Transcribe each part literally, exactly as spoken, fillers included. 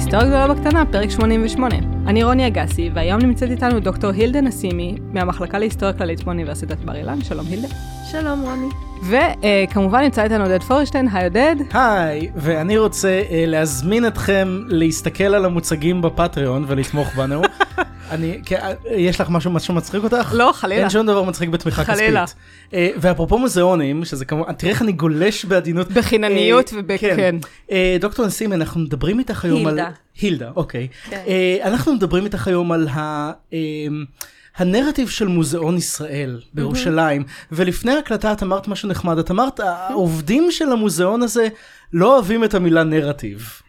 היסטוריה גדולה בקטנה, פרק שמונים ושמונה. אני רוני אגסי, והיום נמצאת איתנו דוקטור הילדה נסימי, מהמחלקה להיסטוריה כללית באוניברסיטת בר אילן. שלום הילדה. שלום רוני. וכמובן נמצא איתנו עודד פורשטיין. היי עודד. היי, ואני רוצה uh, להזמין אתכם להסתכל על המוצגים בפטריון ולתמוך בנו. אני, יש לך משהו, משהו מצחיק אותך? לא, חלילה. אין שום דבר מצחיק בתמיכה כספית. חלילה. Uh, ואפרופו מוזיאונים, שזה כמובן, תראה איך אני גולש בעדינות. בחינניות uh, ובכן. כן. Uh, דוקטור נסימי, אנחנו מדברים איתך היום הילדה. על... הילדה, אוקיי. כן. Uh, אנחנו מדברים איתך היום על ה... Uh, הנרטיב של מוזיאון ישראל בירושלים, ולפני ההקלטה את אמרת משהו נחמד, את אמרת, העובדים של המוזיאון הזה לא אוהבים את המילה נרטיב.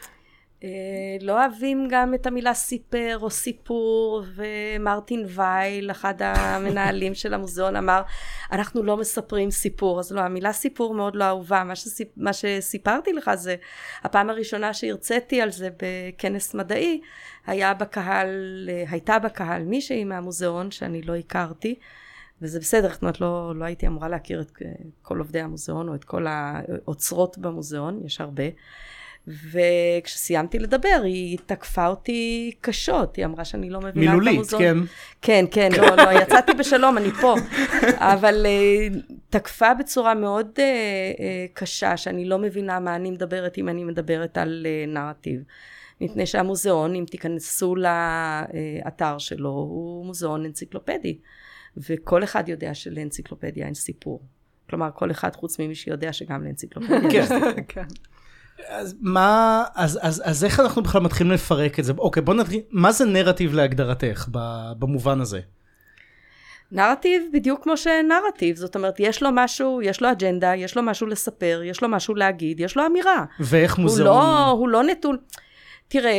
לא אוהבים גם את המילה סיפר או סיפור, ומרטין וייל, אחד המנהלים של המוזיאון, אמר, אנחנו לא מספרים סיפור, אז לא, המילה סיפור מאוד לא אהובה. מה, שסיפ... מה שסיפרתי לך זה, הפעם הראשונה שהרציתי על זה בכנס מדעי, היה בקהל, הייתה בקהל מישהי מהמוזיאון שאני לא הכרתי, וזה בסדר, זאת אומרת, לא, לא הייתי אמורה להכיר את כל עובדי המוזיאון, או את כל האוצרות במוזיאון, יש הרבה, וכשסיימתי לדבר, היא תקפה אותי קשות, היא אמרה שאני לא מבינה את המוזיאון. מילולית, כן. כן, כן, לא, לא, יצאתי בשלום, אני פה. אבל uh, תקפה בצורה מאוד uh, uh, קשה, שאני לא מבינה מה אני מדברת, אם אני מדברת על uh, נרטיב. מפני שהמוזיאון, אם תיכנסו לאתר שלו, הוא מוזיאון אנציקלופדי. וכל אחד יודע שלאנציקלופדיה אין סיפור. כלומר, כל אחד חוץ ממי שיודע שגם לאנציקלופדיה יש סיפור. כן. אז מה, אז, אז, אז איך אנחנו בכלל מתחילים לפרק את זה? אוקיי, בוא נתחיל, מה זה נרטיב להגדרתך במובן הזה? נרטיב בדיוק כמו שנרטיב, זאת אומרת, יש לו משהו, יש לו אג'נדה, יש לו משהו לספר, יש לו משהו להגיד, יש לו אמירה. ואיך מוזיאון? הוא לא, הוא לא נטול, תראה,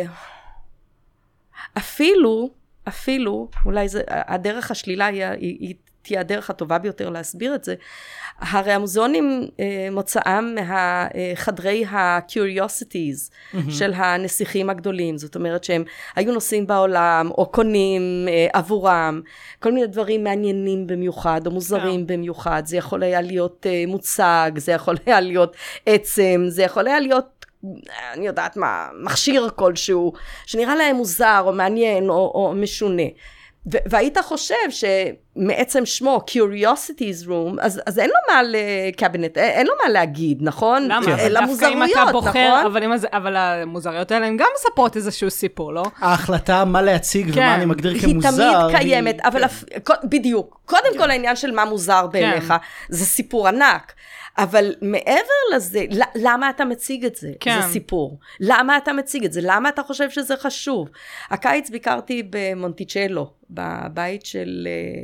אפילו, אפילו, אולי זה, הדרך השלילה היא, היא, היא תהיה הדרך הטובה ביותר להסביר את זה, הרי המוזיאונים מוצאם מהחדרי ה-curiosities mm-hmm. של הנסיכים הגדולים, זאת אומרת שהם היו נוסעים בעולם או קונים עבורם, כל מיני דברים מעניינים במיוחד או מוזרים yeah. במיוחד, זה יכול היה להיות מוצג, זה יכול היה להיות עצם, זה יכול היה להיות, אני יודעת מה, מכשיר כלשהו, שנראה להם מוזר או מעניין או, או משונה. והיית חושב שמעצם שמו, Curiosities Room, אז, אז אין לו מה לקבינט, אין לו מה להגיד, נכון? למה? אלא מוזרויות, נכון? אבל, אם, אבל המוזריות האלה הן גם מספרות איזשהו סיפור, לא? ההחלטה מה להציג כן. ומה אני מגדיר היא כמוזר. היא תמיד קיימת, היא... אבל כן. בדיוק. קודם כן. כל העניין של מה מוזר בעיניך, כן. זה סיפור ענק. אבל מעבר לזה, למה אתה מציג את זה? כן. זה סיפור. למה אתה מציג את זה? למה אתה חושב שזה חשוב? הקיץ ביקרתי במונטיצ'לו, בבית של,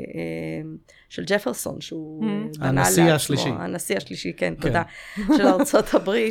של ג'פרסון, שהוא mm. בנה הנשיא לעצמו. השלישי. הנשיא השלישי, כן, כן. תודה. של ארצות הברית.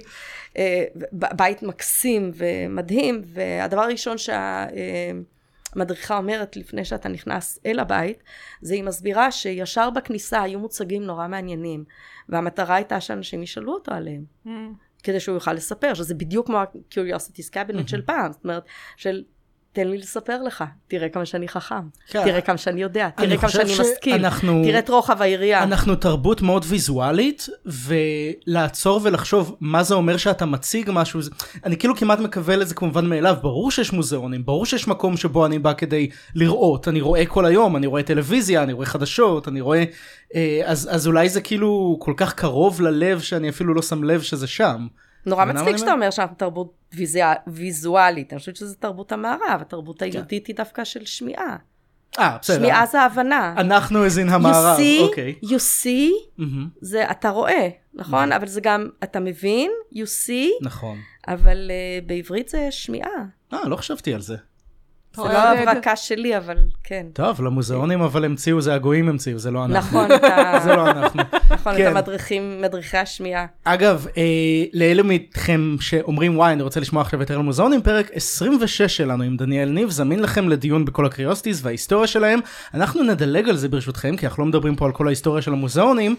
בית מקסים ומדהים, והדבר הראשון שה... המדריכה אומרת לפני שאתה נכנס אל הבית, זה היא מסבירה שישר בכניסה היו מוצגים נורא מעניינים, והמטרה הייתה שאנשים ישאלו אותו עליהם, mm. כדי שהוא יוכל לספר, שזה בדיוק כמו ה-Curiosities Cabinet mm-hmm. של פעם, זאת אומרת, של תן לי לספר לך, תראה כמה שאני חכם, כן. תראה כמה שאני יודע, תראה כמה שאני משכיל, שאנחנו, תראה את רוחב העירייה. אנחנו תרבות מאוד ויזואלית, ולעצור ולחשוב מה זה אומר שאתה מציג משהו, אני כאילו כמעט מקבל את זה כמובן מאליו, ברור שיש מוזיאונים, ברור שיש מקום שבו אני בא כדי לראות, אני רואה כל היום, אני רואה טלוויזיה, אני רואה חדשות, אני רואה, אז, אז אולי זה כאילו כל כך קרוב ללב, שאני אפילו לא שם לב שזה שם. נורא מצחיק שאתה אומר שאנחנו תרבות ויזואלית, אני חושבת שזה תרבות המערב, התרבות היהודית היא דווקא של שמיעה. אה, בסדר. שמיעה זה הבנה. אנחנו איזין המערב, אוקיי. You see, זה אתה רואה, נכון? אבל זה גם, אתה מבין, you see, נכון. אבל בעברית זה שמיעה. אה, לא חשבתי על זה. זה לא הברקה שלי, אבל כן. טוב, למוזיאונים אבל המציאו, זה הגויים המציאו, זה לא אנחנו. נכון, זה לא אנחנו. נכון, את המדריכים, מדריכי השמיעה. אגב, לאלה מכם שאומרים, וואי, אני רוצה לשמוע עכשיו יותר על מוזיאונים, פרק עשרים ושש שלנו עם דניאל ניב, זמין לכם לדיון בכל הקריוסטיס וההיסטוריה שלהם. אנחנו נדלג על זה ברשותכם, כי אנחנו לא מדברים פה על כל ההיסטוריה של המוזיאונים,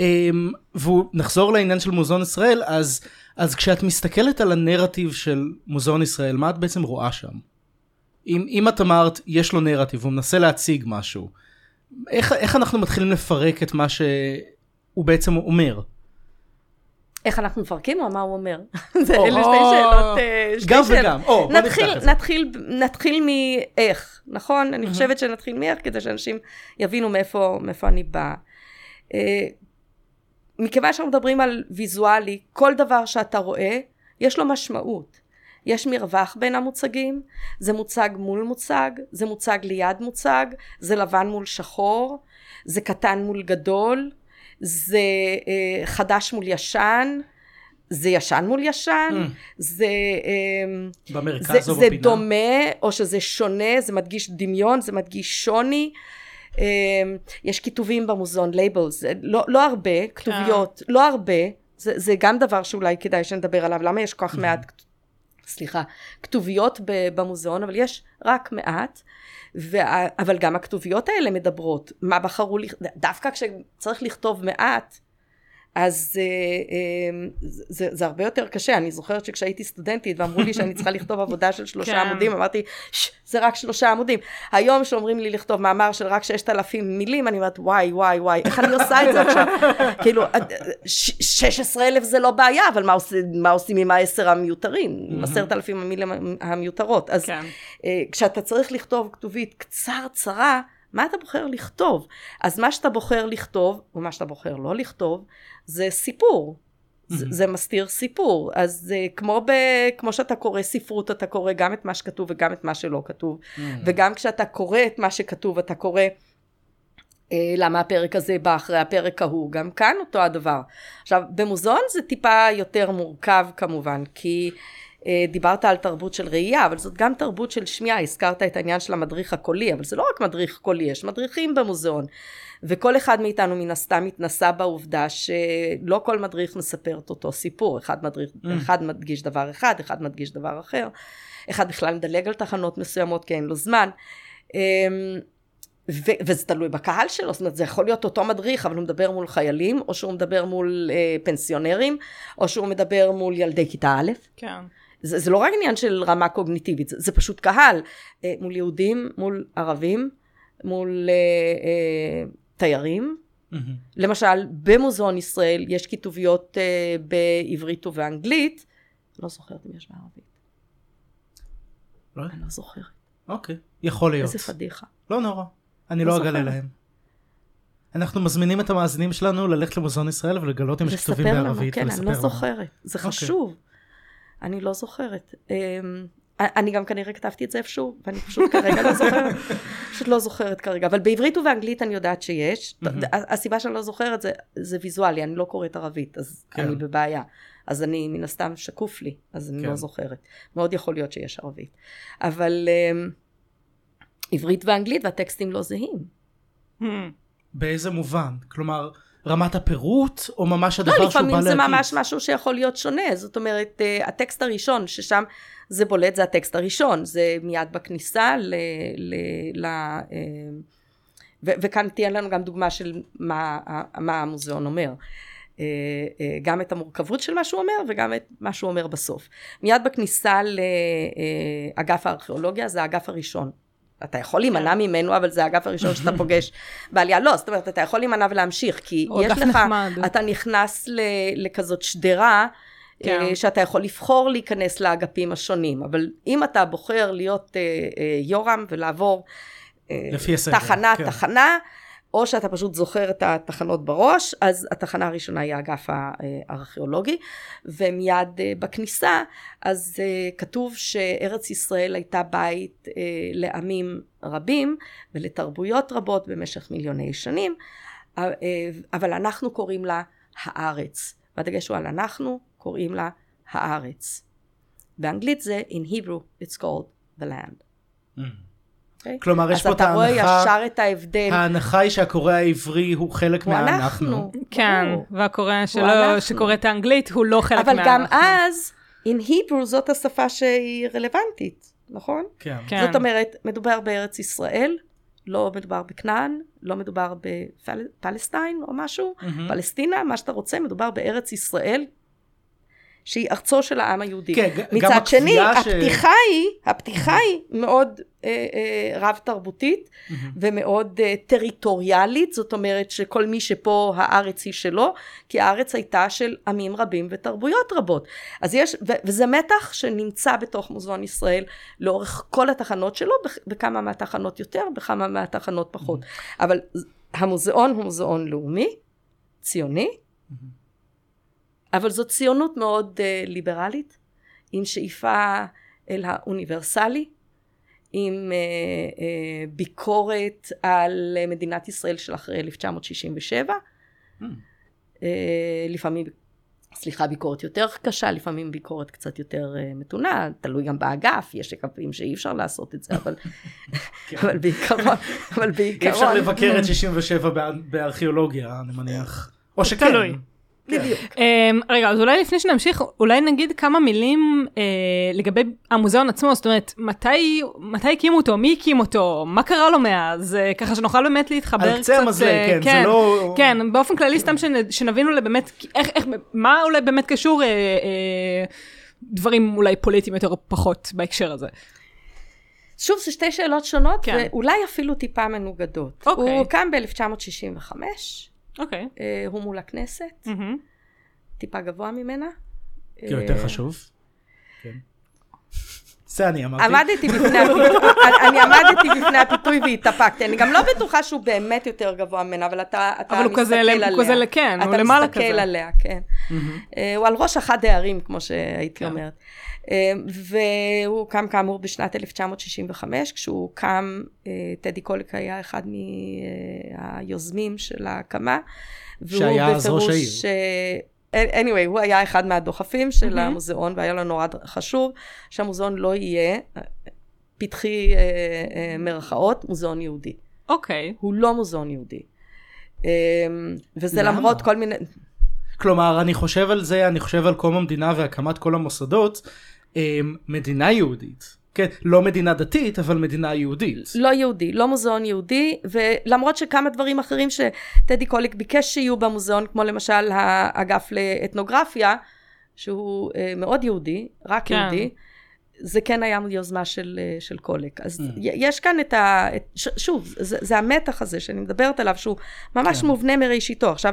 ונחזור לעניין של מוזיאון ישראל, אז, אז כשאת מסתכלת על הנרטיב של מוזיאון ישראל, מה את בעצם רואה שם? אם, אם את אמרת, יש לו נרטיב, הוא מנסה להציג משהו, איך, איך אנחנו מתחילים לפרק את מה שהוא בעצם אומר? איך אנחנו מפרקים או מה הוא אומר? זה אלה שתי שאלות. גם וגם. נתחיל מאיך, נכון? אני חושבת שנתחיל מאיך כדי שאנשים יבינו מאיפה אני באה. מכיוון שאנחנו מדברים על ויזואלי, כל דבר שאתה רואה, יש לו משמעות. יש מרווח בין המוצגים, זה מוצג מול מוצג, זה מוצג ליד מוצג, זה לבן מול שחור, זה קטן מול גדול, זה אה, חדש מול ישן, זה ישן מול ישן, mm. זה, אה, במרכז זה, או זה בפינה. דומה או שזה שונה, זה מדגיש דמיון, זה מדגיש שוני. אה, יש כיתובים במוזיאון, לייבלס, לא, לא הרבה, כתוביות, לא הרבה, זה, זה גם דבר שאולי כדאי שנדבר עליו, למה יש כל כך mm. מעט, סליחה, כתוביות במוזיאון, אבל יש רק מעט, ו... אבל גם הכתוביות האלה מדברות, מה בחרו, דווקא כשצריך לכתוב מעט, אז אה, אה, זה, זה הרבה יותר קשה. אני זוכרת שכשהייתי סטודנטית ואמרו לי שאני צריכה לכתוב עבודה של שלושה כן. עמודים, אמרתי, זה רק שלושה עמודים. היום שאומרים לי לכתוב מאמר של רק ששת אלפים מילים, אני אומרת, וואי, וואי, וואי, איך אני עושה את זה עכשיו? כאילו, שש עשרה אלף זה לא בעיה, אבל מה, עוש, מה עושים עם העשר המיותרים? עם עשרת אלפים המילים המיותרות. אז כן. אה, כשאתה צריך לכתוב כתובית קצר צרה, מה אתה בוחר לכתוב? אז מה שאתה בוחר לכתוב, או מה שאתה בוחר לא לכתוב, זה סיפור. Mm-hmm. זה, זה מסתיר סיפור. אז זה כמו, ב, כמו שאתה קורא ספרות, אתה קורא גם את מה שכתוב וגם את מה שלא כתוב. Mm-hmm. וגם כשאתה קורא את מה שכתוב, אתה קורא אה, למה הפרק הזה בא אחרי הפרק ההוא. גם כאן אותו הדבר. עכשיו, במוזיאון זה טיפה יותר מורכב כמובן, כי דיברת על תרבות של ראייה, אבל זאת גם תרבות של שמיעה, הזכרת את העניין של המדריך הקולי, אבל זה לא רק מדריך קולי, יש מדריכים במוזיאון, וכל אחד מאיתנו מן הסתם מתנסה בעובדה שלא כל מדריך מספר את אותו סיפור, אחד, מדריך, mm. אחד מדגיש דבר אחד, אחד מדגיש דבר אחר, אחד בכלל מדלג על תחנות מסוימות כי אין לו זמן, ו- וזה תלוי בקהל שלו, זאת אומרת, זה יכול להיות אותו מדריך, אבל הוא מדבר מול חיילים, או שהוא מדבר מול אה, פנסיונרים, או שהוא מדבר מול ילדי כיתה א'. כן. זה, זה לא רק עניין של רמה קוגניטיבית, זה, זה פשוט קהל, אה, מול יהודים, מול ערבים, מול אה, אה, תיירים. Mm-hmm. למשל, במוזיאון ישראל יש כיתוביות אה, בעברית ובאנגלית, לא זוכרת אם יש בערבית. לא? אני לא זוכרת. אוקיי, יכול להיות. איזה פדיחה. לא נורא, אני לא אגלה להם. אנחנו מזמינים את המאזינים שלנו ללכת למוזיאון ישראל ולגלות אם יש כתובים בערבית. כן, אני לא זוכרת. זה חשוב. אני לא זוכרת. אני גם כנראה כתבתי את זה איפשהו, ואני פשוט כרגע לא זוכרת. פשוט לא זוכרת כרגע. אבל בעברית ובאנגלית אני יודעת שיש. הסיבה שאני לא זוכרת זה ויזואלי, אני לא קוראת ערבית, אז אני בבעיה. אז אני מן הסתם שקוף לי, אז אני לא זוכרת. מאוד יכול להיות שיש ערבית. אבל עברית ואנגלית והטקסטים לא זהים. באיזה מובן? כלומר, רמת הפירוט, או ממש הדבר שהוא בא להגיד? לא, לפעמים זה ממש משהו שיכול להיות שונה. זאת אומרת, הטקסט הראשון, ששם זה בולט, זה הטקסט הראשון. זה מיד בכניסה ל... ל, ל ו, וכאן תהיה לנו גם דוגמה של מה, מה המוזיאון אומר. גם את המורכבות של מה שהוא אומר, וגם את מה שהוא אומר בסוף. מיד בכניסה לאגף הארכיאולוגיה, זה האגף הראשון. אתה יכול להימנע ממנו, אבל זה האגף הראשון שאתה פוגש בעלייה. לא, זאת אומרת, אתה יכול להימנע ולהמשיך, כי יש לך, אתה נכנס לכזאת שדרה, שאתה יכול לבחור להיכנס לאגפים השונים, אבל אם אתה בוחר להיות יורם ולעבור תחנה, תחנה, או שאתה פשוט זוכר את התחנות בראש, אז התחנה הראשונה היא האגף הארכיאולוגי, ומיד בכניסה, אז כתוב שארץ ישראל הייתה בית לעמים רבים, ולתרבויות רבות במשך מיליוני שנים, אבל אנחנו קוראים לה הארץ, והדגש הוא על אנחנו קוראים לה הארץ. באנגלית זה, in Hebrew, it's called the land. Mm. Okay? כלומר, יש פה את ההנחה, אז אתה רואה ישר את ההבדל. ההנחה היא שהקורא העברי הוא חלק מהאנחנו. כן, והקורא שקורא את האנגלית הוא לא חלק מהאנחנו. אבל גם אז, in Hebrew זאת השפה שהיא רלוונטית, נכון? כן. זאת אומרת, מדובר בארץ ישראל, לא מדובר בכנען, לא מדובר בפלסטין או משהו, פלסטינה, מה שאתה רוצה, מדובר בארץ ישראל, שהיא ארצו של העם היהודי. כן, מצד שני, הפתיחה היא, הפתיחה היא מאוד רב תרבותית mm-hmm. ומאוד טריטוריאלית, זאת אומרת שכל מי שפה הארץ היא שלו, כי הארץ הייתה של עמים רבים ותרבויות רבות. אז יש, ו- וזה מתח שנמצא בתוך מוזיאון ישראל לאורך כל התחנות שלו, בכמה מהתחנות יותר, בכמה מהתחנות פחות. Mm-hmm. אבל המוזיאון הוא מוזיאון לאומי, ציוני, mm-hmm. אבל זו ציונות מאוד uh, ליברלית, עם שאיפה אל האוניברסלי, עם uh, uh, ביקורת על מדינת ישראל של אחרי אלף תשע מאות שישים ושבע, mm. uh, לפעמים, סליחה, ביקורת יותר קשה, לפעמים ביקורת קצת יותר uh, מתונה, תלוי גם באגף, יש אגפים שאי אפשר לעשות את זה, אבל, אבל בעיקרון, אבל בעיקרון. אי אפשר לבקר את שישים ושבע בארכיאולוגיה, אני מניח. או שכן. תלוי. בדיוק. רגע, אז אולי לפני שנמשיך, אולי נגיד כמה מילים לגבי המוזיאון עצמו, זאת אומרת, מתי הקימו אותו, מי הקים אותו, מה קרה לו מאז, ככה שנוכל באמת להתחבר קצת. על קצה המזלג, כן, זה לא... כן, באופן כללי סתם שנבינו באמת, מה אולי באמת קשור דברים אולי פוליטיים יותר או פחות בהקשר הזה. שוב, זה שתי שאלות שונות, ואולי אפילו טיפה מנוגדות. הוא קם ב-אלף תשע מאות שישים וחמש, אוקיי. הוא מול הכנסת, טיפה גבוה ממנה. יותר חשוב. זה אני אמרתי. עמדתי בפני הפיתוי, אני עמדתי בפני הפיתוי והתאפקתי. אני גם לא בטוחה שהוא באמת יותר גבוה ממנה, אבל אתה מסתכל עליה. אבל הוא כזה, כן, הוא למעלה כזה. אתה מסתכל עליה, כן. הוא על ראש אחד הערים, כמו שהייתי אומרת. והוא קם כאמור בשנת אלף תשע מאות שישים וחמש, כשהוא קם, טדי קולק היה אחד מהיוזמים של ההקמה. שהיה אז ראש העיר. anyway, הוא היה אחד מהדוחפים של המוזיאון, והיה לו נורא חשוב שהמוזיאון לא יהיה פתחי מרכאות, מוזיאון יהודי. אוקיי. הוא לא מוזיאון יהודי. וזה למרות כל מיני... כלומר, אני חושב על זה, אני חושב על קום המדינה והקמת כל המוסדות, מדינה יהודית. כן, לא מדינה דתית, אבל מדינה יהודית. לא יהודי, לא מוזיאון יהודי, ולמרות שכמה דברים אחרים שטדי קוליק ביקש שיהיו במוזיאון, כמו למשל האגף לאתנוגרפיה, שהוא מאוד יהודי, רק כן. יהודי, זה כן היה יוזמה של, של קוליק. אז mm. יש כאן את ה... את, שוב, זה, זה המתח הזה שאני מדברת עליו, שהוא ממש כן. מובנה מראשיתו. עכשיו,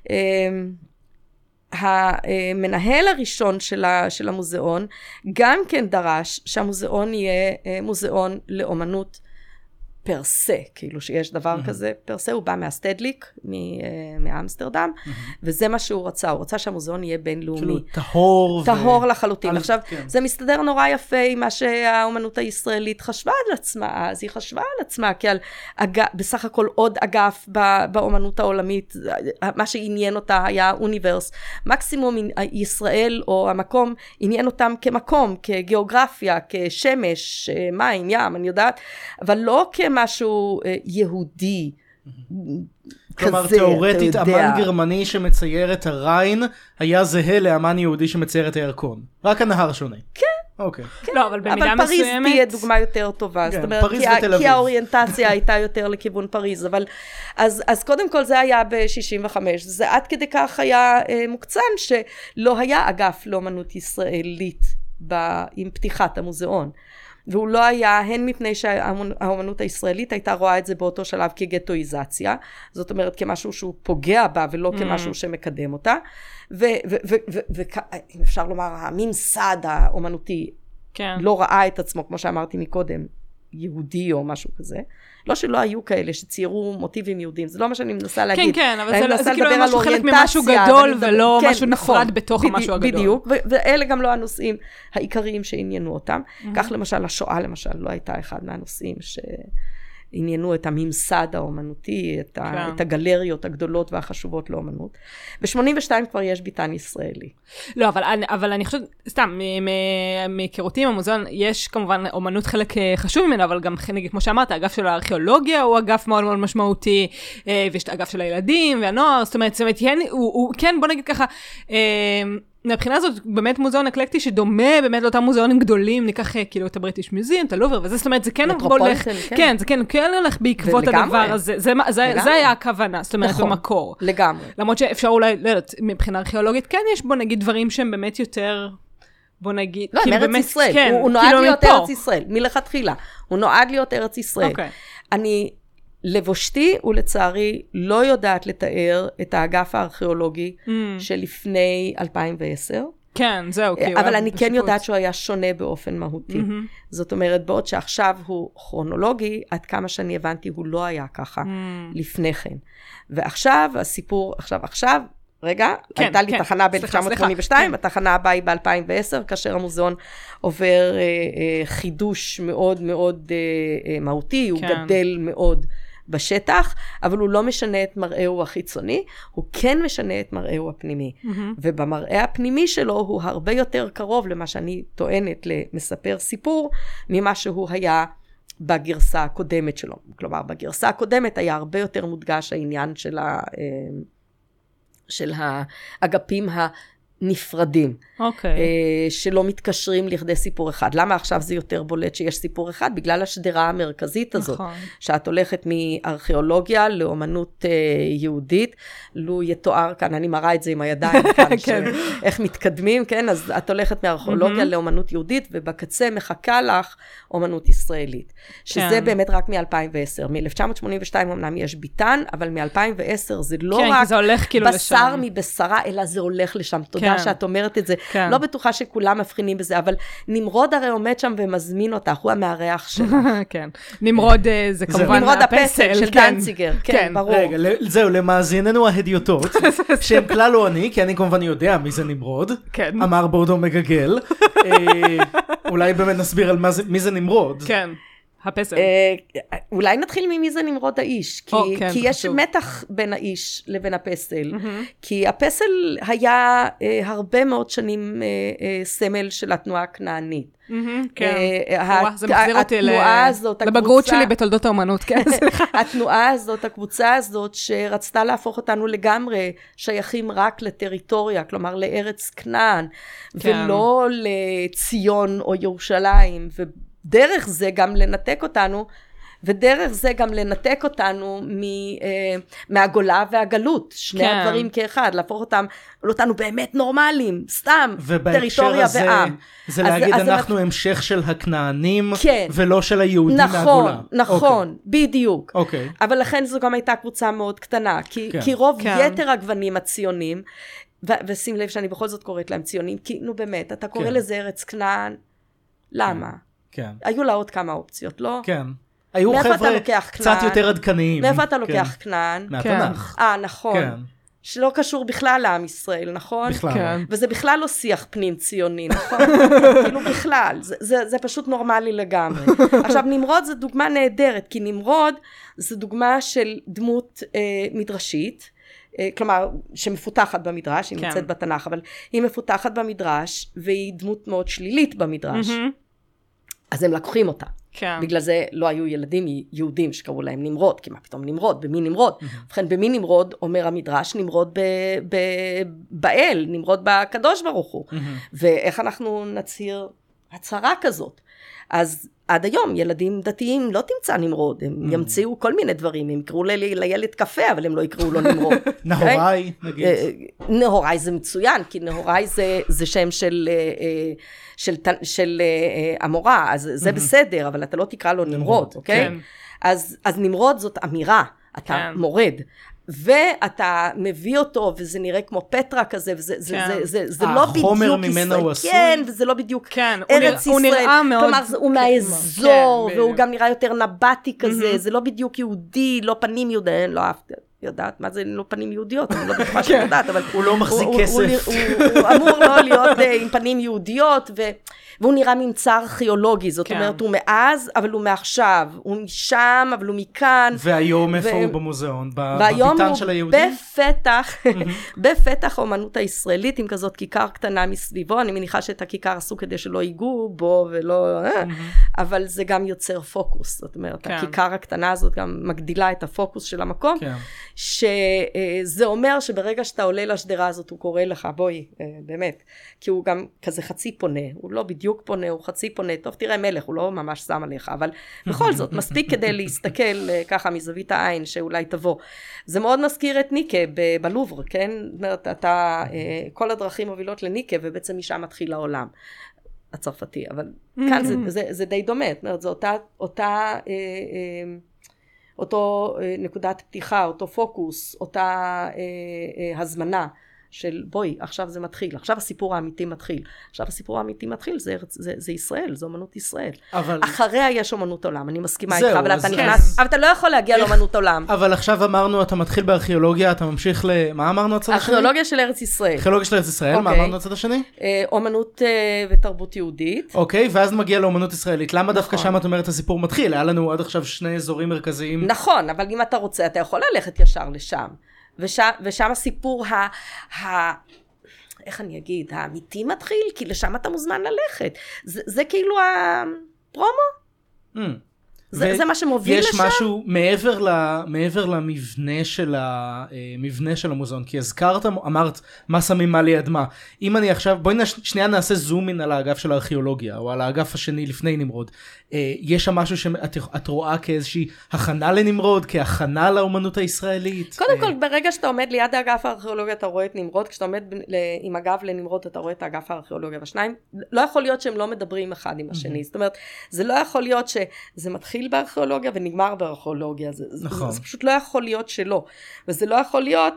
המנהל הראשון של, ה, של המוזיאון גם כן דרש שהמוזיאון יהיה מוזיאון לאומנות פרסה, כאילו שיש דבר mm-hmm. כזה פרסה, הוא בא מהסטדליק, מאמסטרדם, mm-hmm. וזה מה שהוא רצה, הוא רצה שהמוזיאון יהיה בינלאומי. כאילו טהור. טהור ו... לחלוטין. על... עכשיו, כן. זה מסתדר נורא יפה עם מה שהאומנות הישראלית חשבה על עצמה, אז היא חשבה על עצמה, כי על אג... בסך הכל עוד אגף באומנות העולמית, מה שעניין אותה היה אוניברס. מקסימום ישראל או המקום עניין אותם כמקום, כגיאוגרפיה, כשמש, מים, ים, אני יודעת, אבל לא כ... משהו יהודי כלומר, תיאורטית, אמן גרמני שמצייר את הריין, היה זהה לאמן יהודי שמצייר את הירקון. רק הנהר שונה. כן. אוקיי. לא, אבל במידה מסוימת... אבל פריז תהיה דוגמה יותר טובה. זאת אומרת, כי האוריינטציה הייתה יותר לכיוון פריז. אבל, אז קודם כל זה היה ב-שישים וחמש. זה עד כדי כך היה מוקצן, שלא היה אגף לאומנות ישראלית עם פתיחת המוזיאון. והוא לא היה, הן מפני שהאומנות הישראלית הייתה רואה את זה באותו שלב כגטואיזציה, זאת אומרת כמשהו שהוא פוגע בה ולא כמשהו שמקדם אותה, ואם אפשר לומר, הממסד האומנותי לא ראה את עצמו, כמו שאמרתי מקודם, יהודי או משהו כזה, לא שלא היו כאלה שציירו מוטיבים יהודים, זה לא מה שאני מנסה להגיד. כן, כן, אבל זה כאילו משהו חלק ממשהו גדול, ולא משהו נפרד בתוך המשהו הגדול. בדיוק, ואלה גם לא הנושאים העיקריים שעניינו אותם. כך למשל, השואה למשל, לא הייתה אחד מהנושאים שעניינו את הממסד האומנותי, את הגלריות הגדולות והחשובות לאומנות. ב-שמונים ושתיים כבר יש ביתן ישראלי. לא, אבל אני חושבת, סתם, מהיכרותי עם המוזיאון, יש כמובן אומנות חלק חשוב ממנו, אבל גם, כמו שאמרת, האגף של הארכיאולוגיה הוא אגף מאוד מאוד משמעותי, ויש את האגף של הילדים והנוער, זאת אומרת, הוא כן, בוא נגיד ככה, מבחינה הזאת, באמת מוזיאון אקלקטי שדומה באמת לאותם מוזיאונים גדולים, ניקח כאילו את הבריטיש מיוזיאום, את הלובר, וזה, זאת אומרת, זה כן הולך, כן, זה כן, כן הולך בעקבות הדבר הזה, זה היה הכוונה, זאת אומרת, במקור. לגמרי. למרות שאפשר אולי, לא יודעת, מבחינה ארכיאולוגית, כן יש בוא נגיד דברים שהם באמת יותר, בוא נגיד, לא, מארץ ישראל, הוא נועד להיות ארץ ישראל, מלכתחילה. הוא נועד להיות ארץ ישראל. אוקיי. אני, לבושתי ולצערי, לא יודעת לתאר את האגף הארכיאולוגי mm. שלפני אלפיים ועשר. כן, זהו. אבל אני כן יודעת שהוא היה שונה באופן מהותי. Mm-hmm. זאת אומרת, בעוד שעכשיו הוא כרונולוגי, עד כמה שאני הבנתי, הוא לא היה ככה mm. לפני כן. ועכשיו, הסיפור, עכשיו, עכשיו, רגע, כן, הייתה לי כן. תחנה ב-אלף תשע מאות שמונים ושתיים, כן. התחנה הבאה היא ב-אלפיים ועשר, כאשר המוזיאון עובר אה, אה, חידוש מאוד מאוד אה, אה, מהותי, כן. הוא גדל מאוד בשטח, אבל הוא לא משנה את מראהו החיצוני, הוא כן משנה את מראהו הפנימי. Mm-hmm. ובמראה הפנימי שלו הוא הרבה יותר קרוב למה שאני טוענת למספר סיפור, ממה שהוא היה בגרסה הקודמת שלו. כלומר, בגרסה הקודמת היה הרבה יותר מודגש העניין של ה... של האגפים הנפרדים, okay. שלא מתקשרים לכדי סיפור אחד. למה עכשיו זה יותר בולט שיש סיפור אחד? בגלל השדרה המרכזית הזאת, נכון. שאת הולכת מארכיאולוגיה לאומנות יהודית, לו יתואר כאן, אני מראה את זה עם הידיים כאן, כן. איך מתקדמים, כן? אז את הולכת מארכיאולוגיה mm-hmm. לאומנות יהודית, ובקצה מחכה לך אומנות ישראלית. שזה כן. באמת רק מ-אלפיים ועשר. מ-אלף תשע מאות שמונים ושתיים אמנם יש ביטן, אבל מ-אלפיים ועשר זה לא כן, רק זה הולך כאילו בשר לשם. מבשרה, אלא זה הולך לשם. תודה כן. שאת אומרת את זה. כן. לא בטוחה שכולם מבחינים בזה, אבל נמרוד הרי עומד שם ומזמין אותך, הוא המארח שלך. כן. נמרוד זה כמובן נמרוד הפסל של דנציגר. כן, ברור. רגע, זהו, למאזיננו ההדיוטות, שהם כלל לא אני, כי אני כמובן יודע מי זה נמרוד. כן. אמר בורדו מגגל. אולי באמת נסביר על מי זה נמרוד. כן. הפסל. אולי נתחיל ממי זה נמרוד האיש, כי, oh, כן, כי יש מתח בין האיש לבין הפסל, mm-hmm. כי הפסל היה uh, הרבה מאוד שנים uh, uh, סמל של התנועה הכנענית. Mm-hmm, כן, uh, זה מחזיר אותי הזאת, לבגרות הקבוצה, שלי בתולדות האומנות, כן, סליחה. התנועה הזאת, הקבוצה הזאת, שרצתה להפוך אותנו לגמרי, שייכים רק לטריטוריה, כלומר לארץ כנען, כן. ולא לציון או ירושלים, ו... דרך זה גם לנתק אותנו, ודרך זה גם לנתק אותנו מ, אה, מהגולה והגלות, שני כן. הדברים כאחד, להפוך אותם, אותנו באמת נורמליים, סתם, טריטוריה הזה, ועם. זה להגיד אז אנחנו אז... המשך של הכנענים, כן. ולא של היהודים נכון, מהגולה. נכון, okay. בדיוק. Okay. אבל לכן זו גם הייתה קבוצה מאוד קטנה, כי, כן. כי רוב כן. יתר הגוונים הציונים, ו- ושים לב שאני בכל זאת קוראת להם ציונים, כי נו באמת, אתה קורא כן. לזה ארץ כנען, למה? כן. כן. היו לה עוד כמה אופציות, לא? כן. היו חבר'ה קצת יותר עדכניים. מאיפה אתה לוקח כנען? מהתנ"ך. אה, נכון. שלא קשור בכלל לעם ישראל, נכון? בכלל. וזה בכלל לא שיח פנים ציוני, נכון? כאילו בכלל, זה פשוט נורמלי לגמרי. עכשיו, נמרוד זה דוגמה נהדרת, כי נמרוד זה דוגמה של דמות מדרשית, כלומר, שמפותחת במדרש, היא נמצאת בתנ"ך, אבל היא מפותחת במדרש, והיא דמות מאוד שלילית במדרש. אז הם לקחים אותה. כן. בגלל זה לא היו ילדים יהודים שקראו להם נמרוד, כי מה פתאום נמרוד? במי נמרוד? ובכן, במי נמרוד, אומר המדרש, נמרוד ב- ב- באל, נמרוד בקדוש ברוך הוא. ואיך אנחנו נצהיר הצהרה כזאת? אז עד היום ילדים דתיים לא תמצא נמרוד, הם ימציאו כל מיני דברים, הם יקראו לילד קפה, אבל הם לא יקראו לו נמרוד. נהוראי, נגיד. נהוראי זה מצוין, כי נהוראי זה שם של... של, של uh, המורה, אז זה mm-hmm. בסדר, אבל אתה לא תקרא לו נמרוד, נמרוד אוקיי? כן. אז, אז נמרוד זאת אמירה, אתה כן. מורד, ואתה מביא אותו, וזה נראה כמו פטרה כזה, וזה זה, כן. זה, זה, זה, זה לא בדיוק ממנו הוא עשוי. כן, וזה לא בדיוק כן, ארץ הוא נראה, ישראל. הוא נראה מאוד... כלומר, זה, הוא מהאזור, כן, והוא גם נראה יותר נבטי כזה, mm-hmm. זה לא בדיוק יהודי, לא פנים יהודי, לא אהבתי. יודעת מה זה לא פנים יהודיות, אני לא בטוחה שאני יודעת, אבל... הוא לא מחזיק כסף. הוא אמור לא להיות עם פנים יהודיות, והוא נראה ממצא ארכיאולוגי, זאת אומרת, הוא מאז, אבל הוא מעכשיו, הוא משם, אבל הוא מכאן. והיום איפה הוא במוזיאון? בביתן של היהודים? והיום הוא בפתח, בפתח האומנות הישראלית, עם כזאת כיכר קטנה מסביבו, אני מניחה שאת הכיכר עשו כדי שלא ייגעו בו, ולא... אבל זה גם יוצר פוקוס, זאת אומרת, הכיכר הקטנה הזאת גם מגדילה את הפוקוס של המקום. שזה אומר שברגע שאתה עולה לשדרה הזאת, הוא קורא לך, בואי, באמת, כי הוא גם כזה חצי פונה, הוא לא בדיוק פונה, הוא חצי פונה, טוב תראה מלך, הוא לא ממש שם עליך, אבל בכל זאת, מספיק כדי להסתכל ככה מזווית העין, שאולי תבוא. זה מאוד מזכיר את ניקה בלובר, כן? זאת אומרת, אתה, כל הדרכים מובילות לניקה, ובעצם משם מתחיל העולם. הצרפתי, אבל כאן זה, זה, זה די דומה, זאת אומרת, זו אותה, אותה, אה, אה, אותו אה, נקודת פתיחה, אותו פוקוס, אותה אה, אה, הזמנה של בואי, עכשיו זה מתחיל, עכשיו הסיפור האמיתי מתחיל, עכשיו הסיפור האמיתי מתחיל, זה, זה, זה ישראל, זו אומנות ישראל. אבל... אחריה יש אומנות עולם, אני מסכימה איתך, אבל אתה נכנס, אבל אתה לא יכול להגיע לאומנות עולם. אבל עכשיו אמרנו, אתה מתחיל בארכיאולוגיה, אתה ממשיך ל... מה אמרנו הצד השני? ארכיאולוגיה של ארץ ישראל. ארכיאולוגיה של ארץ ישראל, מה אמרנו הצד השני? אומנות ותרבות יהודית. אוקיי, ואז מגיע לאומנות ישראלית. למה דווקא שם את אומרת הסיפור מתחיל? היה לנו עד עכשיו שני אזורים מרכזיים. נכון, אבל אם אתה רוצה, אתה יכול ללכת ישר לשם. ושם, ושם הסיפור ה, ה... איך אני אגיד? האמיתי מתחיל, כי לשם אתה מוזמן ללכת. זה, זה כאילו הפרומו. Mm. זה, זה מה שמוביל יש לשם. יש משהו מעבר, ל, מעבר למבנה של, ה, מבנה של המוזיאון, כי הזכרת, אמרת, מה שמים מה ליד מה. אם אני עכשיו, בואי נש, שנייה נעשה זומין על האגף של הארכיאולוגיה, או על האגף השני לפני נמרוד. יש שם משהו שאת את רואה כאיזושהי הכנה לנמרוד, כהכנה לאומנות הישראלית? קודם כל, ברגע שאתה עומד ליד האגף הארכיאולוגיה, אתה רואה את נמרוד, כשאתה עומד עם הגב לנמרוד, אתה רואה את האגף הארכיאולוגיה, והשניים, לא יכול להיות שהם לא מדברים אחד עם השני. זאת אומרת, זה לא יכול להיות שזה מתחיל בארכיאולוגיה ונגמר בארכיאולוגיה. זה, נכון. זה, זה פשוט לא יכול להיות שלא. וזה לא יכול להיות,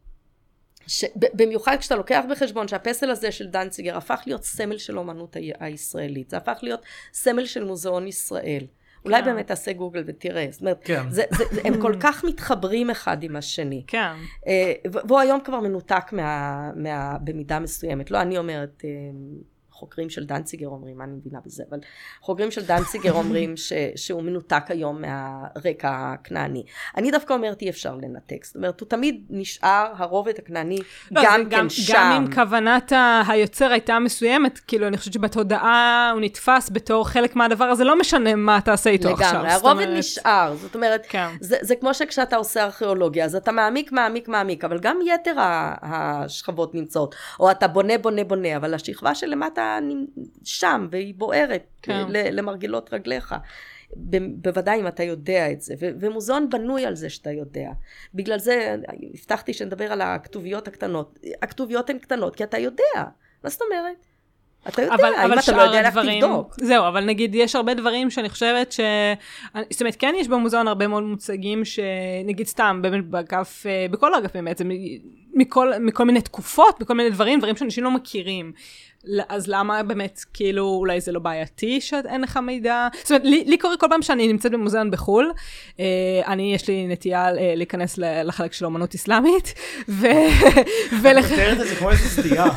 ש, במיוחד כשאתה לוקח בחשבון שהפסל הזה של דנציגר הפך להיות סמל של אומנות הישראלית. זה הפך להיות סמל של מוזיאון ישראל. אולי כן. באמת תעשה גוגל ותראה. זאת אומרת, כן. זה, זה, הם כל כך מתחברים אחד עם השני. כן. והוא היום כבר מנותק מה, מה, במידה מסוימת. לא, אני אומרת... חוקרים של דנציגר אומרים, אני מבינה בזה, אבל חוקרים של דנציגר אומרים ש, שהוא מנותק היום מהרקע הכנעני. אני דווקא אומרת, אי אפשר לנתק. זאת אומרת, הוא תמיד נשאר הרובד הכנעני לא, גם כן גם, שם. גם אם כוונת היוצר הייתה מסוימת, כאילו אני חושבת שבתודעה הוא נתפס בתור חלק מהדבר הזה, לא משנה מה תעשה איתו לגמרי, עכשיו. לגמרי, הרובד אומרת... נשאר. זאת אומרת, כן. זה, זה כמו שכשאתה עושה ארכיאולוגיה, אז אתה מעמיק, מעמיק, מעמיק, אבל גם יתר השכבות נמצאות. או אתה בונה, בונה, בונה, אבל השכבה שלמטה שם, והיא בוערת כן. למרגלות רגליך. בוודאי אם אתה יודע את זה. ו- ומוזיאון בנוי על זה שאתה יודע. בגלל זה הבטחתי שנדבר על הכתוביות הקטנות. הכתוביות הן קטנות, כי אתה יודע. מה זאת אומרת? אתה יודע, אבל, אם אבל אתה לא יודע לך תבדוק. זהו, אבל נגיד, יש הרבה דברים שאני חושבת ש... זאת אומרת, כן יש במוזיאון הרבה מאוד מוצגים שנגיד סתם, באמת באגף, בכל האגפים בעצם, מכל, מכל מיני תקופות, בכל מיני דברים, דברים שאנשים לא מכירים. אז למה באמת, כאילו, אולי זה לא בעייתי שאין לך מידע? זאת אומרת, לי, לי קורה כל פעם שאני נמצאת במוזיאון בחול, אה, אני, יש לי נטייה אה, להיכנס לחלק של אומנות אסלאמית, ו... ולך... את מתארת את זה כמו איזו סטייה.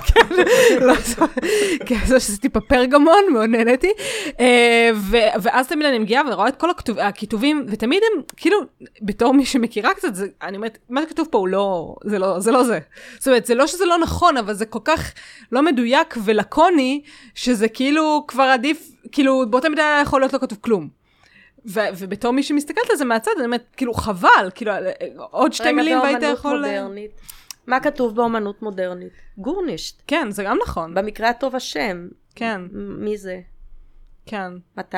כן, זה שעשיתי פפרגמון, מאוד נהניתי, אה, ו- ואז תמיד אני מגיעה ורואה את כל הכתוב, הכיתובים, ותמיד הם, כאילו, בתור מי שמכירה קצת, זה, אני אומרת, מה שכתוב פה הוא לא, זה לא, זה לא זה. זאת אומרת, זה לא שזה לא נכון, אבל זה כל כך לא מדויק ולקוני, שזה כאילו כבר עדיף, כאילו באותה מידה יכול להיות לא כתוב כלום. ו- ובתור מי שמסתכלת על זה מהצד, אני אומרת, כאילו חבל, כאילו עוד שתי מילים והיית יכול... מודרנית. מה כתוב באומנות מודרנית? גורנישט. כן, זה גם נכון. במקרה הטוב השם. כן. מי זה? כן. מתי?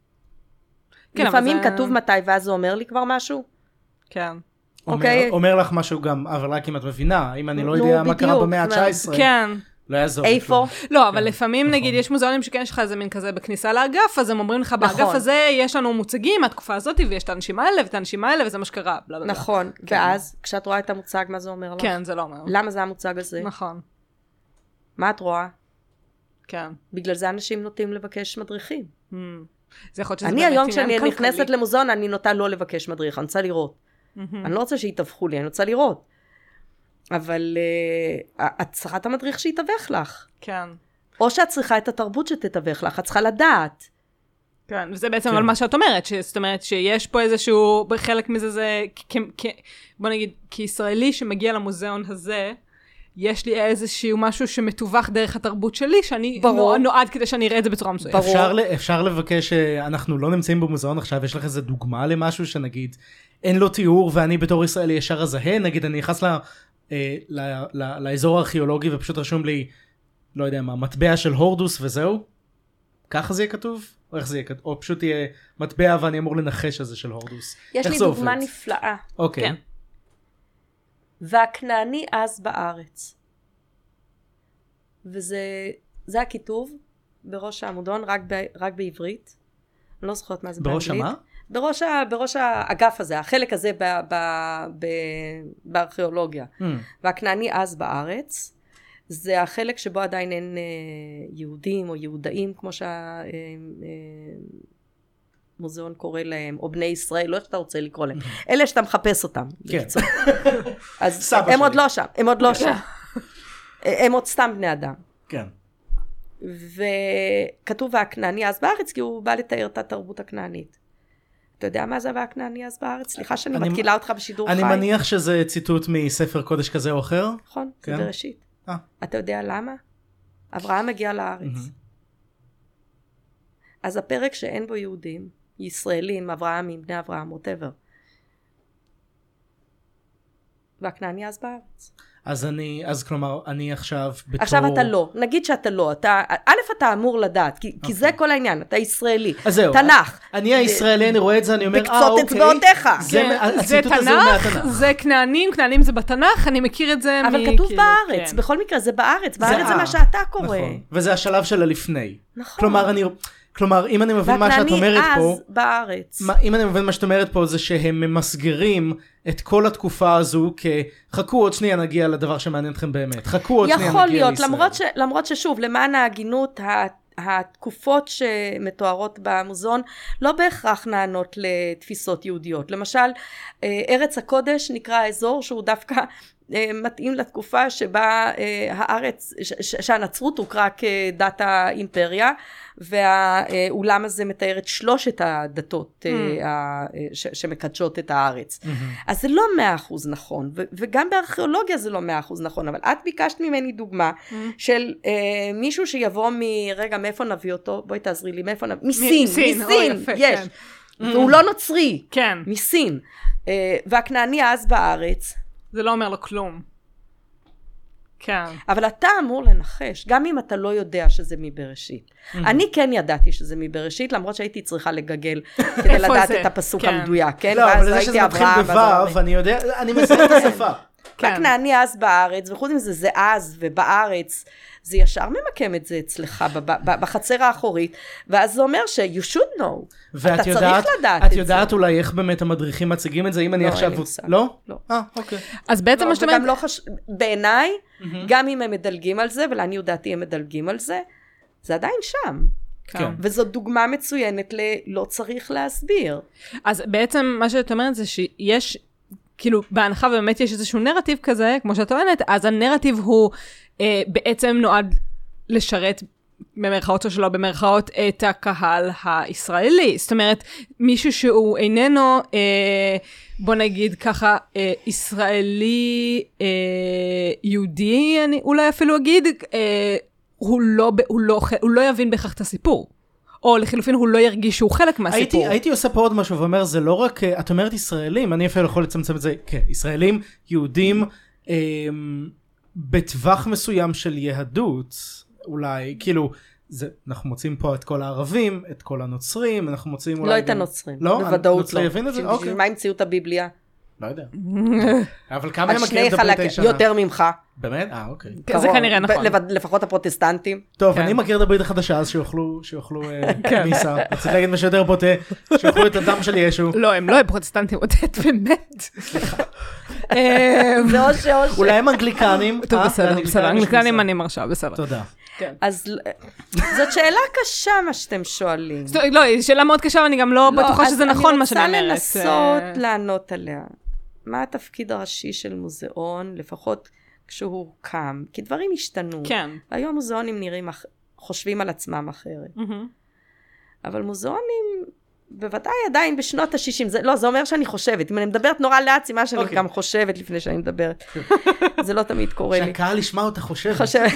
כן, לפעמים זה... כתוב מתי, ואז זה אומר לי כבר משהו? כן. אומר, אומר לך משהו גם, אבל רק אם את מבינה, אם אני לא יודע מה קרה במאה ה-תשע עשרה. כן. לא יעזור. איפה? לא, אבל לפעמים נגיד יש מוזיאונים שכן יש לך איזה מין כזה בכניסה לאגף, אז הם אומרים לך באגף הזה יש לנו מוצגים מהתקופה הזאת, ויש את האנשים האלה ואת האנשים האלה, וזה מה שקרה. נכון, ואז כשאת רואה את המוצג, מה זה אומר לך? כן, זה לא אומר. למה זה המוצג הזה? נכון. מה את רואה? כן. בגלל זה אנשים נוטים לבקש מדריכים. אני היום כשאני נכנסת למוזיאון, אני נוטה לא לבקש מדריך, אני רוצה לראות. אני לא רוצה שיתווכחו לי, אני רוצה לראות. אבל uh, את צריכה את המדריך שיתווך לך. כן. או שאת צריכה את התרבות שתתווך לך, את צריכה לדעת. כן, וזה בעצם כן. על מה שאת אומרת, זאת אומרת שיש פה איזשהו, בחלק מזה זה, כ- כ- בוא נגיד, כישראלי שמגיע למוזיאון הזה, יש לי איזשהו משהו שמתווך דרך התרבות שלי, שאני נועד, נועד כדי שאני אראה את זה בצורה מסוימת. אפשר, אפשר לבקש, אנחנו לא נמצאים במוזיאון עכשיו, יש לך איזה דוגמה למשהו שנגיד, אין לו תיאור ואני בתור ישראלי ישר הזהה, נגיד אני נכנס ל... ל- ל- לאזור הארכיאולוגי ופשוט רשום לי, לא יודע מה, מטבע של הורדוס וזהו? ככה זה יהיה כתוב? או איך זה יהיה כתוב? או פשוט יהיה מטבע ואני אמור לנחש הזה של הורדוס. יש לי דוגמה עובד? נפלאה. אוקיי. כן. והכנעני אז בארץ. וזה, זה הכיתוב, בראש העמודון, רק, ב, רק בעברית. אני לא זוכרת מה זה בראש באנגלית. מה? בראש, ה, בראש האגף הזה, החלק הזה ב, ב, ב, בארכיאולוגיה. Mm. והכנעני אז בארץ, זה החלק שבו עדיין אין אה, יהודים או יהודאים, כמו שהמוזיאון אה, אה, קורא להם, או בני ישראל, לא איך שאתה רוצה לקרוא להם. Mm-hmm. אלה שאתה מחפש אותם. כן. אז הם שלי. עוד לא שם, הם עוד לא שם. הם עוד סתם בני אדם. כן. וכתוב הכנעני אז בארץ, כי הוא בא לתאר את התרבות הכנענית. אתה יודע מה זה הכנעני אז בארץ? סליחה שאני אני, מתקילה אותך בשידור אני חי. אני מניח שזה ציטוט מספר קודש כזה או אחר. נכון, כן? זה בראשית. אה. אתה יודע למה? אברהם מגיע לארץ. Mm-hmm. אז הפרק שאין בו יהודים, ישראלים, אברהמים, בני אברהם, whatever. והכנעני אז בארץ. אז אני, אז כלומר, אני עכשיו בתור... עכשיו אתה לא, נגיד שאתה לא, אתה, א' אתה אמור לדעת, כי, okay. כי זה כל העניין, אתה ישראלי, אז זהו, תנ"ך. אני הישראלי, אני רואה את זה, אני אומר, אה, אוקיי. בקצות אצבעותיך. זה תנ"ך, זה כנענים, כנענים זה בתנ"ך, אני מכיר את זה. אבל כתוב בארץ, בכל מקרה זה בארץ, בארץ זה מה שאתה קורא. נכון, וזה השלב של הלפני. נכון. כלומר, אני... כלומר, אם אני מבין מה שאת אומרת פה, והכנעני אז בארץ. מה, אם אני מבין מה שאת אומרת פה, זה שהם ממסגרים את כל התקופה הזו, כחכו עוד שנייה נגיע לדבר שמעניין אתכם באמת. חכו עוד שנייה נגיע לישראל. יכול להיות, למרות, ש, למרות ששוב, למען ההגינות, התקופות שמתוארות במוזיאון, לא בהכרח נענות לתפיסות יהודיות. למשל, ארץ הקודש נקרא האזור שהוא דווקא מתאים לתקופה שבה הארץ, שהנצרות הוכרה כדת האימפריה, והאולם הזה מתאר את שלושת הדתות mm. שמקדשות את הארץ. Mm-hmm. אז זה לא מאה אחוז נכון, ו- וגם בארכיאולוגיה זה לא מאה אחוז נכון, אבל את ביקשת ממני דוגמה mm-hmm. של uh, מישהו שיבוא מרגע, מאיפה נביא אותו? בואי תעזרי לי, מאיפה נביא? מסין, מסין, או, יפה, יש. כן. והוא mm-hmm. לא נוצרי, כן. מסין. Uh, והכנעני אז בארץ. זה לא אומר לו כלום. כן. אבל אתה אמור לנחש, גם אם אתה לא יודע שזה מבראשית. Mm-hmm. אני כן ידעתי שזה מבראשית, למרות שהייתי צריכה לגגל כדי לדעת את הפסוק כן. המדויק, כן? לא, אבל זה שזה מתחיל בוו, אני יודע, אני מזהה את השפה. והכנעני אז בארץ, וחוץ מזה זה אז ובארץ, זה ישר ממקם את זה אצלך בחצר האחורית, ואז זה אומר ש-you should know. אתה צריך לדעת את זה. את יודעת אולי איך באמת המדריכים מציגים את זה, אם אני עכשיו... לא? לא. אה, אוקיי. אז בעצם מה שאתה אומרת... בעיניי, גם אם הם מדלגים על זה, ולעניות דעתי הם מדלגים על זה, זה עדיין שם. כן. וזו דוגמה מצוינת ללא צריך להסביר. אז בעצם מה שאת אומרת זה שיש... כאילו, בהנחה ובאמת יש איזשהו נרטיב כזה, כמו שאת טוענת, אז הנרטיב הוא אה, בעצם נועד לשרת, במרכאות או שלא במרכאות, את הקהל הישראלי. זאת אומרת, מישהו שהוא איננו, אה, בוא נגיד ככה, אה, ישראלי, אה, יהודי, אני אולי אפילו אגיד, אה, הוא, לא, הוא, לא, הוא לא יבין בכך את הסיפור. או לחילופין הוא לא ירגיש שהוא חלק מהסיפור. הייתי, הייתי עושה פה עוד משהו ואומר, זה לא רק, את אומרת ישראלים, אני אפילו יכול לצמצם את זה, כן, ישראלים, יהודים, אה, בטווח מסוים של יהדות, אולי, כאילו, זה, אנחנו מוצאים פה את כל הערבים, את כל הנוצרים, אנחנו מוצאים אולי... לא את הנוצרים, לא? בוודאות לא. יבין את זה? אוקיי. מה המציאו את הביבליה? לא יודע. אבל כמה הם מכירים את הברית הישנה? יותר ממך. באמת? אה, אוקיי. זה כנראה נכון. לפחות הפרוטסטנטים. טוב, אני מכיר את הברית החדשה, אז שיוכלו מיסה. רציתי להגיד משהו יותר בוטה, שיוכלו את הדם של ישו. לא, הם לא פרוטסטנטים, עודד, באמת. סליחה. זה או ש... אולי הם אנגליקנים. טוב, בסדר, בסדר, אנגליקנים אני מרשה, בסדר. תודה. אז זאת שאלה קשה מה שאתם שואלים. לא, שאלה מאוד קשה, ואני גם לא בטוחה שזה נכון מה שאני אומרת. אני רוצה לנסות לענות עליה. מה התפקיד הראשי של מוזיאון, לפחות כשהוא קם? כי דברים השתנו. כן. היום מוזיאונים נראים, חושבים על עצמם אחרת. אבל מוזיאונים, בוודאי עדיין בשנות ה-שישים, לא, זה אומר שאני חושבת. אם אני מדברת נורא לאט, סימן שאני גם חושבת לפני שאני מדברת. זה לא תמיד קורה לי. שהקהל ישמע אותה חושבת. חושבת.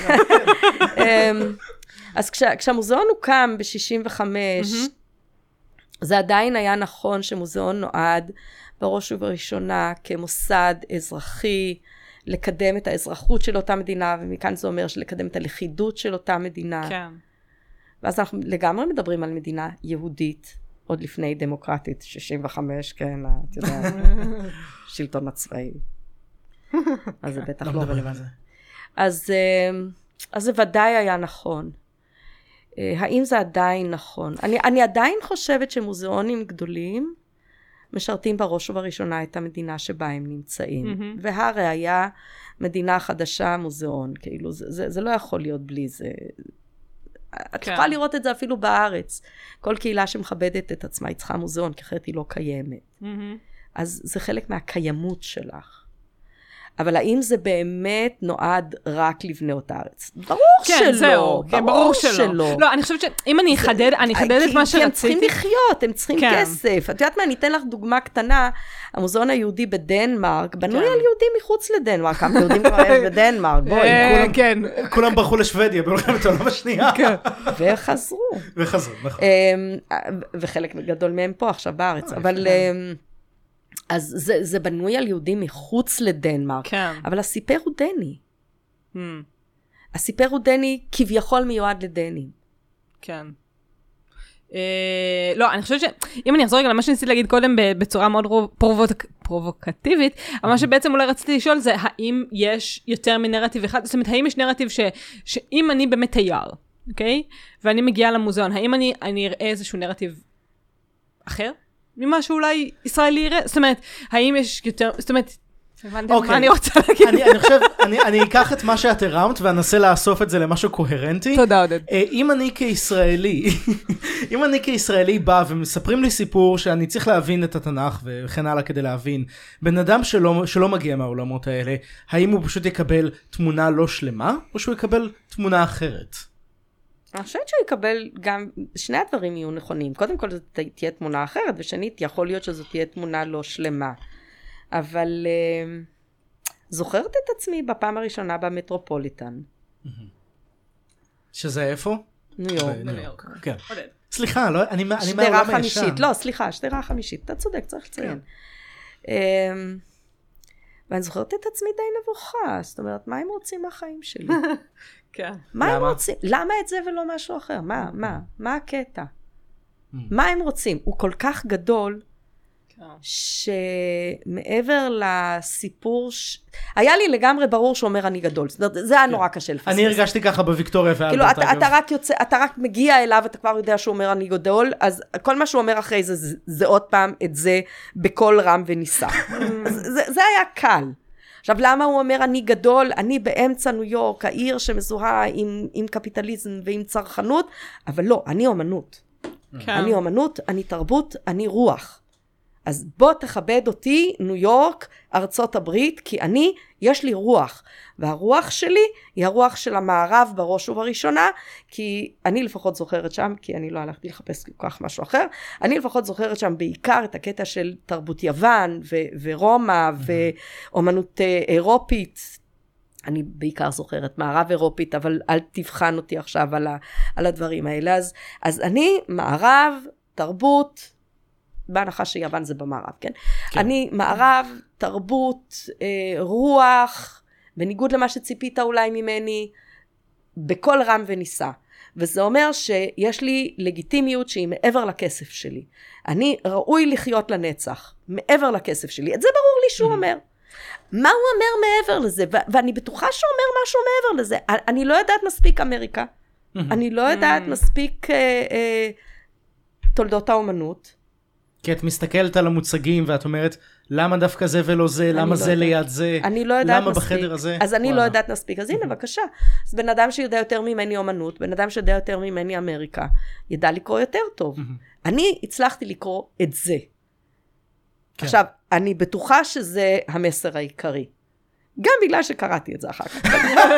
אז כשהמוזיאון הוקם ב-שישים וחמש, זה עדיין היה נכון שמוזיאון נועד בראש ובראשונה כמוסד אזרחי, לקדם את האזרחות של אותה מדינה, ומכאן זה אומר שלקדם את הלכידות של אותה מדינה. כן. ואז אנחנו לגמרי מדברים על מדינה יהודית, עוד לפני דמוקרטית, שישים וחמש, כן, את יודעת, שלטון הצבאי. אז זה בטח לא רלוונטי. אז, אז זה ודאי היה נכון. האם זה עדיין נכון? אני, אני עדיין חושבת שמוזיאונים גדולים משרתים בראש ובראשונה את המדינה שבה הם נמצאים. Mm-hmm. והראיה, מדינה חדשה, מוזיאון. כאילו, זה, זה, זה לא יכול להיות בלי זה. את יכולה לראות את זה אפילו בארץ. כל קהילה שמכבדת את עצמה, היא צריכה מוזיאון, כי אחרת היא לא קיימת. אז זה חלק מהקיימות שלך. אבל האם זה באמת נועד רק לבנות הארץ? ברור שלא. זהו, ברור שלא. לא, אני חושבת שאם אני אחדד, אני אחדד את מה שרציתי. כי הם צריכים לחיות, הם צריכים כסף. את יודעת מה, אני אתן לך דוגמה קטנה. המוזיאון היהודי בדנמרק, בנוי על יהודים מחוץ לדנמרק. כמה יהודים כבר יש בדנמרק? בואי. כן. כולם ברחו לשוודיה, במלחמת העולם השנייה. וחזרו. וחזרו, נכון. וחלק גדול מהם פה עכשיו בארץ. אבל... אז זה, זה בנוי על יהודים מחוץ לדנמרק. כן. אבל הסיפר הוא דני. Hmm. הסיפר הוא דני כביכול מיועד לדנים. כן. אה, לא, אני חושבת שאם אני אחזור רגע למה שניסיתי להגיד קודם בצורה מאוד פרובוק, פרובוקטיבית, אבל מה שבעצם אולי רציתי לשאול זה האם יש יותר מנרטיב אחד, זאת אומרת, האם יש נרטיב ש, שאם אני באמת תייר, אוקיי? ואני מגיעה למוזיאון, האם אני, אני אראה איזשהו נרטיב אחר? ממה שאולי ישראלי יראה, זאת אומרת, האם יש יותר, זאת אומרת, הבנתם מה אני רוצה להגיד? אני חושב, אני אקח את מה שאת הרמת, ואנסה לאסוף את זה למשהו קוהרנטי. תודה, עודד. אם אני כישראלי, אם אני כישראלי בא ומספרים לי סיפור שאני צריך להבין את התנ"ך וכן הלאה כדי להבין, בן אדם שלא מגיע מהעולמות האלה, האם הוא פשוט יקבל תמונה לא שלמה, או שהוא יקבל תמונה אחרת? אני חושבת שהוא יקבל גם, שני הדברים יהיו נכונים. קודם כל, זאת תהיה תמונה אחרת, ושנית, יכול להיות שזאת תהיה תמונה לא שלמה. אבל uh, זוכרת את עצמי בפעם הראשונה במטרופוליטן. שזה איפה? ניו יורק. ניו יורק, כן. סליחה, לא, אני מהעולם הישן. שדרה חמישית, לא, סליחה, שדרה חמישית. אתה צודק, צריך לציין. ואני זוכרת את עצמי די נבוכה. זאת אומרת, מה הם רוצים מהחיים שלי? כן. מה הם רוצים? למה את זה ולא משהו אחר? מה? מה? מה הקטע? מה הם רוצים? הוא כל כך גדול, שמעבר לסיפור, היה לי לגמרי ברור שאומר אני גדול. זה היה נורא קשה לפספס. אני הרגשתי ככה בוויקטוריה ואלברט. כאילו, אתה רק יוצא, אתה רק מגיע אליו, אתה כבר יודע שהוא אומר אני גדול, אז כל מה שהוא אומר אחרי זה, זה עוד פעם את זה בכל רם וניסה. זה היה קל. עכשיו, למה הוא אומר אני גדול? אני באמצע ניו יורק, העיר שמזוהה עם, עם קפיטליזם ועם צרכנות, אבל לא, אני אומנות. כן. אני אומנות, אני תרבות, אני רוח. אז בוא תכבד אותי, ניו יורק, ארצות הברית, כי אני, יש לי רוח. והרוח שלי היא הרוח של המערב בראש ובראשונה, כי אני לפחות זוכרת שם, כי אני לא הלכתי לחפש כל כך משהו אחר, אני לפחות זוכרת שם בעיקר את הקטע של תרבות יוון ו- ורומא ואומנות אירופית. אני בעיקר זוכרת מערב אירופית, אבל אל תבחן אותי עכשיו על, ה- על הדברים האלה. אז, אז אני מערב, תרבות, בהנחה שיוון זה במערב, כן? כן. אני מערב, תרבות, אה, רוח, בניגוד למה שציפית אולי ממני, בכל רם וניסה. וזה אומר שיש לי לגיטימיות שהיא מעבר לכסף שלי. אני ראוי לחיות לנצח, מעבר לכסף שלי. את זה ברור לי שהוא אומר. מה הוא אומר מעבר לזה? ו- ואני בטוחה שהוא אומר משהו מעבר לזה. אני לא יודעת מספיק אמריקה. אני לא יודעת מספיק אה, אה, תולדות האומנות. כי את מסתכלת על המוצגים ואת אומרת, למה דווקא זה ולא זה, למה זה ליד זה, למה בחדר הזה? אז אני לא יודעת מספיק, אז הנה בבקשה. אז בן אדם שיודע יותר ממני אומנות, בן אדם שיודע יותר ממני אמריקה, ידע לקרוא יותר טוב. אני הצלחתי לקרוא את זה. עכשיו, אני בטוחה שזה המסר העיקרי. גם בגלל שקראתי את זה אחר כך.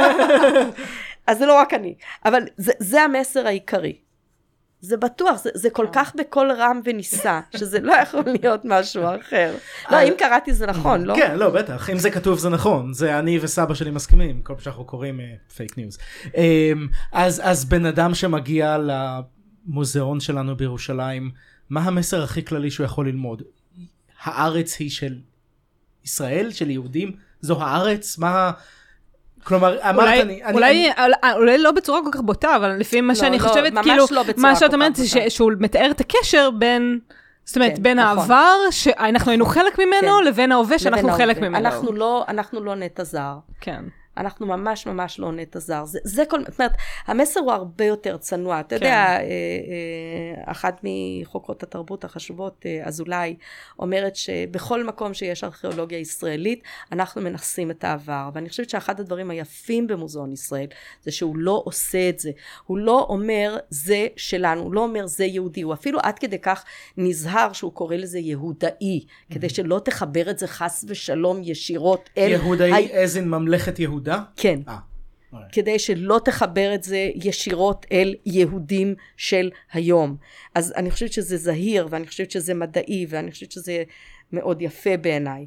אז זה לא רק אני. אבל זה המסר העיקרי. זה בטוח, זה, זה כל כך בכל רם וניסה, שזה לא יכול להיות משהו אחר. לא, אם קראתי זה נכון, לא? כן, לא, בטח. אם זה כתוב זה נכון. זה אני וסבא שלי מסכימים, כל פעם שאנחנו קוראים פייק ניוז. אז, אז בן אדם שמגיע למוזיאון שלנו בירושלים, מה המסר הכי כללי שהוא יכול ללמוד? הארץ היא של ישראל, של יהודים? זו הארץ? מה... כלומר, אמרת אני... אולי לא בצורה כל כך בוטה, אבל לפי מה שאני חושבת, כאילו, מה שאת אומרת זה שהוא מתאר את הקשר בין, זאת אומרת, בין העבר, שאנחנו היינו חלק ממנו, לבין ההווה שאנחנו חלק ממנו. אנחנו לא נטע זר. כן. אנחנו ממש ממש לא נטע זר. זה, זה כל, זאת אומרת, המסר הוא הרבה יותר צנוע. אתה כן. יודע, אה, אה, אחת מחוקרות התרבות החשובות, אה, אזולאי, אומרת שבכל מקום שיש ארכיאולוגיה ישראלית, אנחנו מנכסים את העבר. ואני חושבת שאחד הדברים היפים במוזיאון ישראל, זה שהוא לא עושה את זה. הוא לא אומר זה שלנו, הוא לא אומר זה יהודי. הוא אפילו עד כדי כך נזהר שהוא קורא לזה יהודאי, כדי שלא תחבר את זה חס ושלום ישירות אל... יהודאי איזן ממלכת יהודה? כן. אה. כדי שלא תחבר את זה ישירות אל יהודים של היום. אז אני חושבת שזה זהיר, ואני חושבת שזה מדעי, ואני חושבת שזה מאוד יפה בעיניי.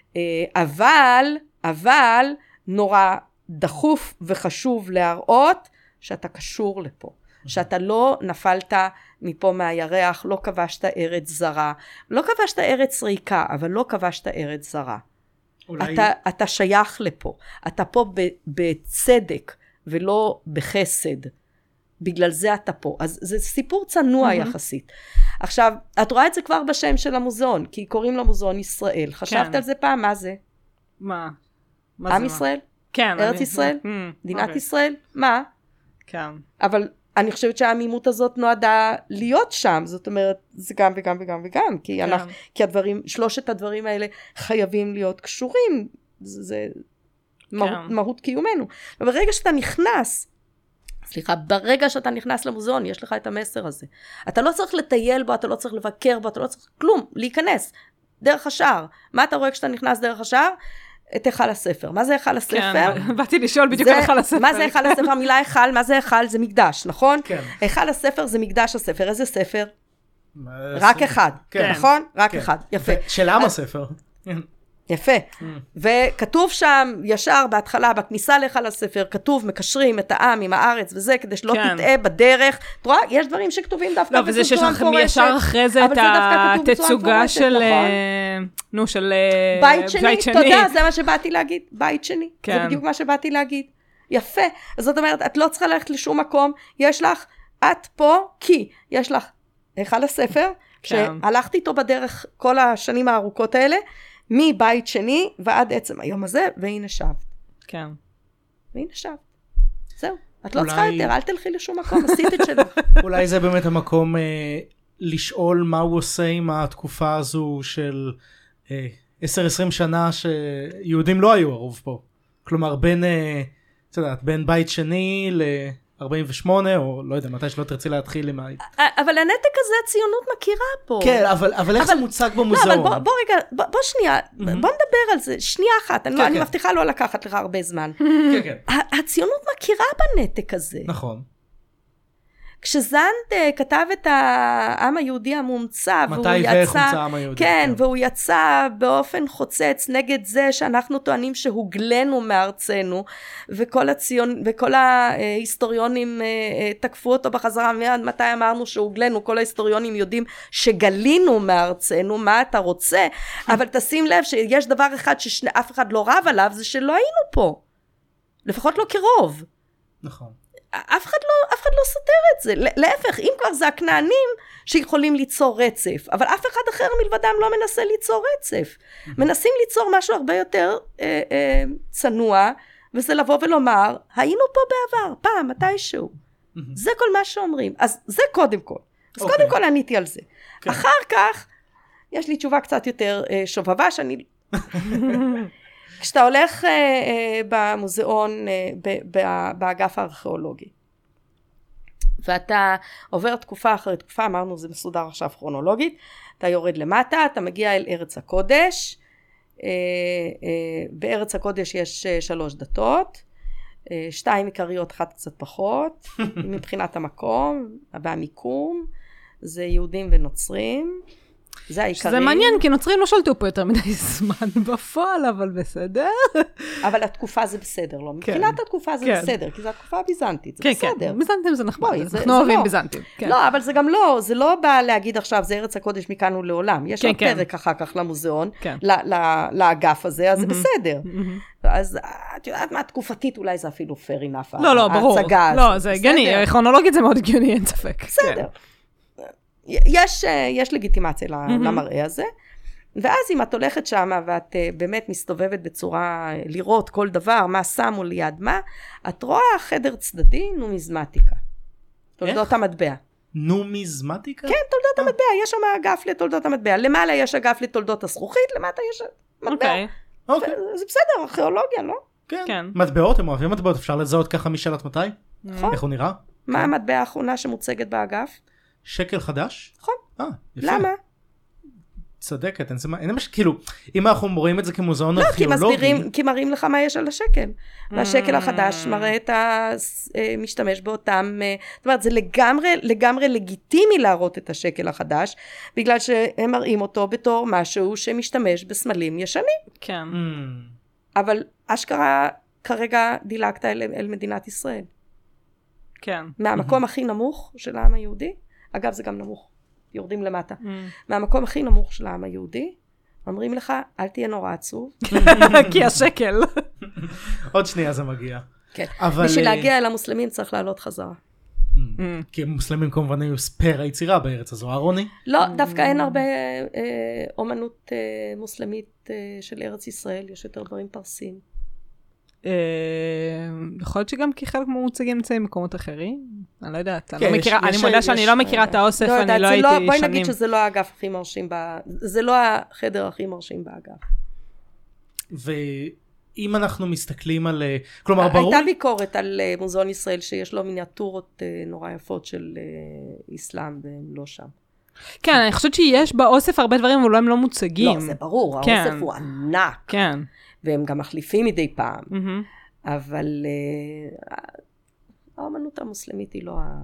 אבל, אבל, נורא דחוף וחשוב להראות שאתה קשור לפה. שאתה לא נפלת מפה מהירח, לא כבשת ארץ זרה. לא כבשת ארץ ריקה, אבל לא כבשת ארץ זרה. אולי... אתה, אתה שייך לפה. אתה פה ב, בצדק ולא בחסד. בגלל זה אתה פה. אז זה סיפור צנוע mm-hmm. יחסית. עכשיו, את רואה את זה כבר בשם של המוזיאון, כי קוראים למוזיאון ישראל. חשבת כן. על זה פעם? מה זה? מה? מה עם זה ישראל? מה? כן. ארץ אני... ישראל? Mm, מדינת okay. ישראל? מה? כן. אבל... אני חושבת שהעמימות הזאת נועדה להיות שם, זאת אומרת, זה גם וגם וגם וגם, כי, כן. אנחנו, כי הדברים, שלושת הדברים האלה חייבים להיות קשורים, זה, זה כן. מהות, מהות קיומנו. וברגע שאתה נכנס, סליחה, ברגע שאתה נכנס למוזיאון, יש לך את המסר הזה. אתה לא צריך לטייל בו, אתה לא צריך לבקר בו, אתה לא צריך כלום, להיכנס, דרך השער. מה אתה רואה כשאתה נכנס דרך השער? את היכל הספר. מה זה היכל הספר? כן, באתי לשאול בדיוק על היכל הספר. מה זה היכל הספר? המילה היכל, מה זה היכל? זה מקדש, נכון? כן. היכל הספר זה מקדש הספר. איזה ספר? רק אחד, נכון? רק אחד, יפה. של עם הספר. יפה. וכתוב שם, ישר בהתחלה, בכניסה להיכל הספר, כתוב, מקשרים את העם עם הארץ וזה, כדי שלא תטעה בדרך. אתה רואה, יש דברים שכתובים דווקא בצורה מפורשת. לא, וזה שיש לכם ישר אחרי זה את התצוגה של... נו, של... בית שני, תודה, זה מה שבאתי להגיד. בית שני, זה בדיוק מה שבאתי להגיד. יפה. אז זאת אומרת, את לא צריכה ללכת לשום מקום, יש לך, את פה, כי יש לך היכל הספר, שהלכתי איתו בדרך כל השנים הארוכות האלה, מבית שני ועד עצם היום הזה, והנה שבת. כן. והנה שבת. זהו. את לא צריכה יותר, אל תלכי לשום מקום, עשית את שלך. אולי זה באמת המקום אה, לשאול מה הוא עושה עם התקופה הזו של אה, עשר עשרים שנה שיהודים לא היו הרוב פה. כלומר, בין, אה, אתה יודע, בין בית שני ל-ארבעים ושמונה, או לא יודע, מתי שלא תרצי להתחיל עם ה... אבל הנתק הזה הציונות מכירה פה. כן, אבל, אבל איך זה מוצג במוזיאון? לא, אבל בוא, בוא רגע, בוא, בוא שנייה, mm-hmm. בוא נדבר על זה, שנייה אחת, אני, כן, לא, כן. אני מבטיחה לא לקחת לך הרבה זמן. כן, כן. הציונות מכירה בנתק הזה. נכון. כשזנד כתב את העם היהודי המומצא, מתי ואיך הומצא העם היהודי. כן, והוא יצא באופן חוצץ נגד זה שאנחנו טוענים שהוגלנו מארצנו, וכל הציון, וכל ההיסטוריונים תקפו אותו בחזרה, מתי אמרנו שהוגלנו, כל ההיסטוריונים יודעים שגלינו מארצנו, מה אתה רוצה, אבל תשים לב שיש דבר אחד שאף אחד לא רב עליו, זה שלא היינו פה, לפחות לא כרוב. נכון. אף אחד לא, אף אחד לא סותר את זה. להפך, אם כבר זה הכנענים שיכולים ליצור רצף, אבל אף אחד אחר מלבדם לא מנסה ליצור רצף. מנסים ליצור משהו הרבה יותר אה, אה, צנוע, וזה לבוא ולומר, היינו פה בעבר, פעם, מתישהו. זה כל מה שאומרים. אז זה קודם כל. אז okay. קודם כל עניתי על זה. Okay. אחר כך, יש לי תשובה קצת יותר אה, שובבה, שאני... כשאתה הולך אה, אה, במוזיאון, אה, ב, ב, באגף הארכיאולוגי, ואתה עובר תקופה אחרי תקופה, אמרנו זה מסודר עכשיו כרונולוגית, אתה יורד למטה, אתה מגיע אל ארץ הקודש, אה, אה, בארץ הקודש יש אה, שלוש דתות, אה, שתיים עיקריות, אחת קצת פחות, מבחינת המקום, והמיקום, זה יהודים ונוצרים, זה העיקרים. שזה מעניין, כי נוצרים לא שלטו פה יותר מדי זמן בפועל, אבל בסדר. אבל התקופה זה בסדר, לא? מבחינת התקופה זה בסדר, כי זו התקופה הביזנטית, זה בסדר. כן, כן, ביזנטים זה נחמד, אנחנו אוהבים ביזנטים. לא, אבל זה גם לא, זה לא בא להגיד עכשיו, זה ארץ הקודש מכאן ולעולם. יש עוד פרק אחר כך למוזיאון, לאגף הזה, אז זה בסדר. אז את יודעת מה, תקופתית אולי זה אפילו fair enough. לא, לא, ברור. לא, זה הגיוני, כרונולוגית זה מאוד הגיוני, אין ספק. בסדר. יש, יש לגיטימציה למראה הזה, ואז אם את הולכת שמה ואת uh, באמת מסתובבת בצורה, uh, לראות כל דבר, מה שמו ליד מה, את רואה חדר צדדי, נומיזמטיקה. תולדות המטבע. נומיזמטיקה? כן, תולדות המטבע, יש שם אגף לתולדות המטבע. למעלה יש אגף לתולדות הזכוכית, למטה יש מטבע. אוקיי. אוקיי. זה בסדר, ארכיאולוגיה, לא? כן. כן. מטבעות, הם אוהבים מטבעות, אפשר לזהות ככה משאלת מתי? נכון. איך הוא נראה? מה המטבע האחרונה שמוצגת באגף? שקל חדש? נכון. אה, יפה. למה? צדקת, אין זה מה, אין מה, כאילו, אם אנחנו רואים את זה כמוזיאון לא, כי ארכיאולוגי... מסבירים, כי מראים לך מה יש על השקל. והשקל החדש מראה את המשתמש באותם, זאת אומרת, זה לגמרי, לגמרי לגיטימי להראות את השקל החדש, בגלל שהם מראים אותו בתור משהו שמשתמש בסמלים ישנים. כן. אבל אשכרה כרגע דילגת אל, אל מדינת ישראל. כן. מהמקום הכי נמוך של העם היהודי, אגב זה גם נמוך, יורדים למטה. מהמקום הכי נמוך של העם היהודי, אומרים לך, אל תהיה נורא עצוב. כי השקל. עוד שנייה זה מגיע. כן. אבל... בשביל להגיע אל המוסלמים צריך לעלות חזרה. כי המוסלמים כמובן היו ספר היצירה בארץ הזו, ארוני? לא, דווקא אין הרבה אה, אומנות אה, מוסלמית אה, של ארץ ישראל, יש יותר דברים פרסיים. יכול להיות שגם כי חלק מהמוצגים נמצאים במקומות אחרים, אני לא יודעת, כן, אני יש- מודה יש- שאני יש- לא מכירה את האוסף, לא אני יודעת, לא זה הייתי לא, בואי שנים. נגיד שזה לא האגף הכי מרשים, ב, זה לא החדר הכי מרשים באגף. ואם אנחנו מסתכלים על... אה, כלומר, ברור... הייתה ביקורת על אה, מוזיאון ישראל שיש לו מיניאטורות אה, נורא יפות של אה, איסלאם, והם לא שם. כן, אני חושבת שיש באוסף הרבה דברים, אבל הם לא מוצגים. לא, זה ברור, כן. האוסף הוא ענק, כן. והם גם מחליפים מדי פעם, מהמם. אבל אה, האמנות המוסלמית היא לא ה...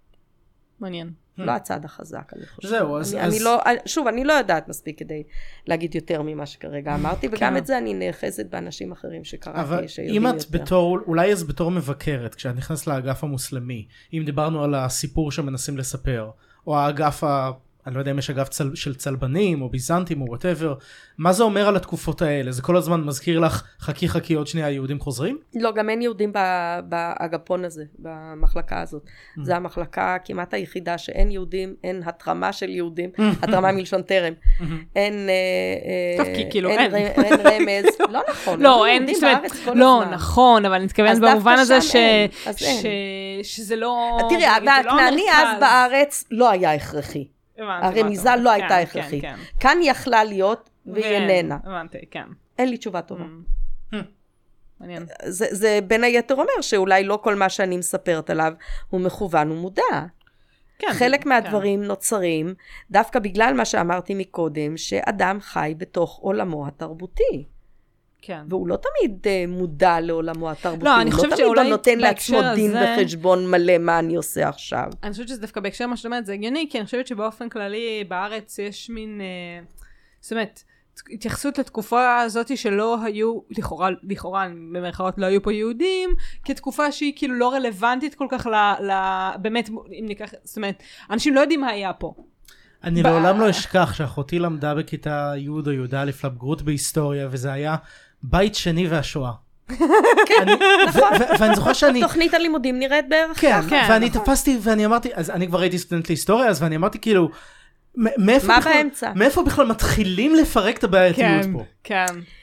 מעניין. לא הצד החזק, אני חושבת. זהו, אז- אני, אז- אני לא, שוב, אני לא יודעת מספיק כדי להגיד יותר ממה שכרגע אמרתי, וגם כן. את זה אני נאחזת באנשים אחרים שקראתי, אבל שיודעים אם יותר. את בתור, אולי אז בתור מבקרת, כשאת נכנסת לאגף המוסלמי, אם דיברנו על הסיפור שמנסים לספר, או האגף ה... אני לא יודע אם יש אגף צל, של צלבנים, או ביזנטים, או whatever, מה זה אומר על התקופות האלה? זה כל הזמן מזכיר לך, חכי חכי עוד שנייה, היהודים חוזרים? לא, גם אין יהודים ב- באגפון הזה, במחלקה הזאת. Mm. זו המחלקה כמעט היחידה שאין יהודים, אין התרמה של יהודים, התרמה מלשון טרם. אין, אה, אה, טוב, כי כאילו אין. ר- אין רמז, לא נכון, לא, אין אין, יהודים זאת אומרת, בארץ כל לא, הזמן. נכון, אבל אני מתכוונת אז דווקא במובן הזה שם ש... אין, אז אין. ש- שזה לא... תראי, זה לא והכנעני אז המרכז. בארץ לא היה הכרחי. הבנתי, הרמיזה הבנתי. לא כן, הייתה כן, הכרחית. כן. כאן היא יכלה להיות, והיא ו- איננה. הבנתי, כן. אין לי תשובה טובה. מעניין. זה, זה בין היתר אומר שאולי לא כל מה שאני מספרת עליו הוא מכוון ומודע. כן, חלק כן. מהדברים נוצרים דווקא בגלל מה שאמרתי מקודם, שאדם חי בתוך עולמו התרבותי. כן. והוא לא תמיד uh, מודע לעולמו התרבותי. לא, אני הוא חושבת לא תמיד שאולי נותן לעצמו בהקשר דין הזה- וחשבון מלא מה אני עושה עכשיו. אני חושבת שזה דווקא בהקשר מה שאת אומרת, זה הגיוני, כי אני חושבת שבאופן כללי בארץ יש מין, אה, זאת אומרת, התייחסות לתקופה הזאת שלא היו, לכאורה, לכאורה, במרכאות לא היו פה יהודים, כתקופה שהיא כאילו לא רלוונטית כל כך ל, ל, באמת, אם ניקח, זאת אומרת, אנשים לא יודעים מה היה פה. אני ב- לעולם לא אשכח שאחותי למדה בכיתה י' או י"א לבגרות בהיסטוריה, וזה היה בית שני והשואה. אני- ו- ו- ואני זוכר שאני... תוכנית הלימודים נראית בערך כן, ככה. כן, ואני נכון. תפסתי ואני אמרתי, אז אני כבר הייתי סטודנט להיסטוריה, אז ואני אמרתי כאילו, מ- מאיפה מה בכלל- באמצע? מאיפה בכלל מתחילים לפרק את הבעייתיות פה? כן.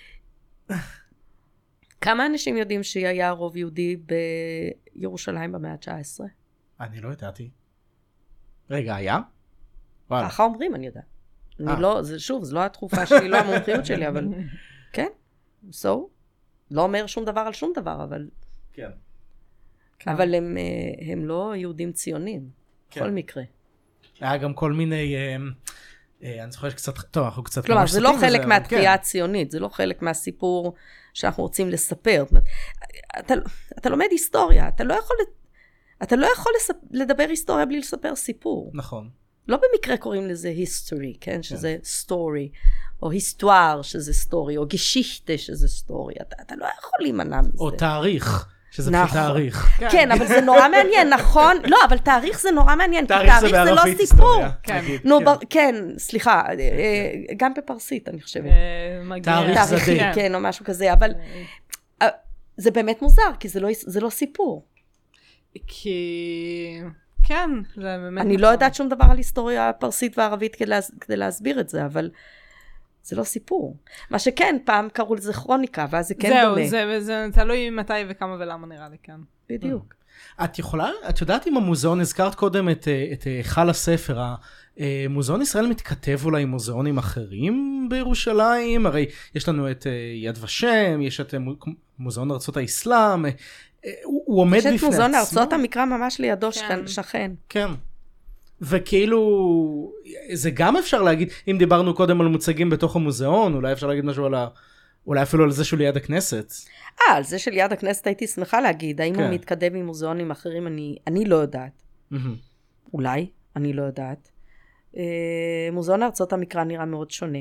כמה אנשים יודעים שהיה רוב יהודי בירושלים במאה ה-תשע עשרה? אני לא ידעתי. רגע, היה? וואלה. ככה אומרים, אני יודעת. אה. אני לא, זה שוב, זו לא התקופה שלי, לא המומחיות שלי, אבל כן, so, לא אומר שום דבר על שום דבר, אבל, כן. אבל הם, אה, הם לא יהודים ציונים, כן. בכל מקרה. היה גם כל מיני, אה, אה, אני זוכר שקצת, טוב, אנחנו קצת... כלומר, ממש זה לא סוטים חלק בזה, מהתחייה אבל הציונית, זה לא חלק מהסיפור שאנחנו רוצים לספר. זאת אומרת, אתה, אתה לומד היסטוריה, אתה לא יכול, אתה לא יכול לספ, לדבר היסטוריה בלי לספר סיפור. כן. נכון. לא במקרה קוראים לזה history, כן? שזה story, או היסטואר שזה story, או גשיכטה שזה story. אתה, אתה לא יכול להימנע מזה. או תאריך, שזה נכון. פשוט תאריך. כן, אבל זה נורא מעניין, נכון? לא, אבל תאריך זה נורא מעניין, כי תאריך זה תאריך זה לא בערבית סיפור. היסטוריה. כן. נגיד, נו, כן. בר- כן, סליחה, אה, גם בפרסית, אני חושבת. אה, מגיע- תאריך זה תאריכים, כן. כן, או משהו כזה, אבל אה, זה באמת מוזר, כי זה לא- זה לא סיפור. כי... כן, זה באמת... אני לא נכון. יודעת שום דבר על היסטוריה פרסית וערבית כדי להס- כדי להסביר את זה, אבל זה לא סיפור. מה שכן, פעם קראו לזה כרוניקה, ואז זה כן זהו, דומה. זהו, זה תלוי מתי וכמה ולמה נראה לי כאן. בדיוק. את יכולה, את יודעת אם המוזיאון, הזכרת קודם את, את חל הספר, מוזיאון ישראל מתכתב אולי עם מוזיאונים אחרים בירושלים? הרי יש לנו את יד ושם, יש את מוזיאון ארצות האסלאם, הוא, הוא עומד בפני עצמו. יש את מוזיאון ארצות המקרא ממש לידו כן. שכן. כן. וכאילו, זה גם אפשר להגיד, אם דיברנו קודם על מוצגים בתוך המוזיאון, אולי אפשר להגיד משהו על ה... אולי אפילו על זה שהוא ליד הכנסת. אה, על זה של ליד הכנסת הייתי שמחה להגיד, האם הוא מתקדם עם מוזיאונים אחרים, אני, אני לא יודעת. אולי, אני לא יודעת. מוזיאון ארצות המקרא נראה מאוד שונה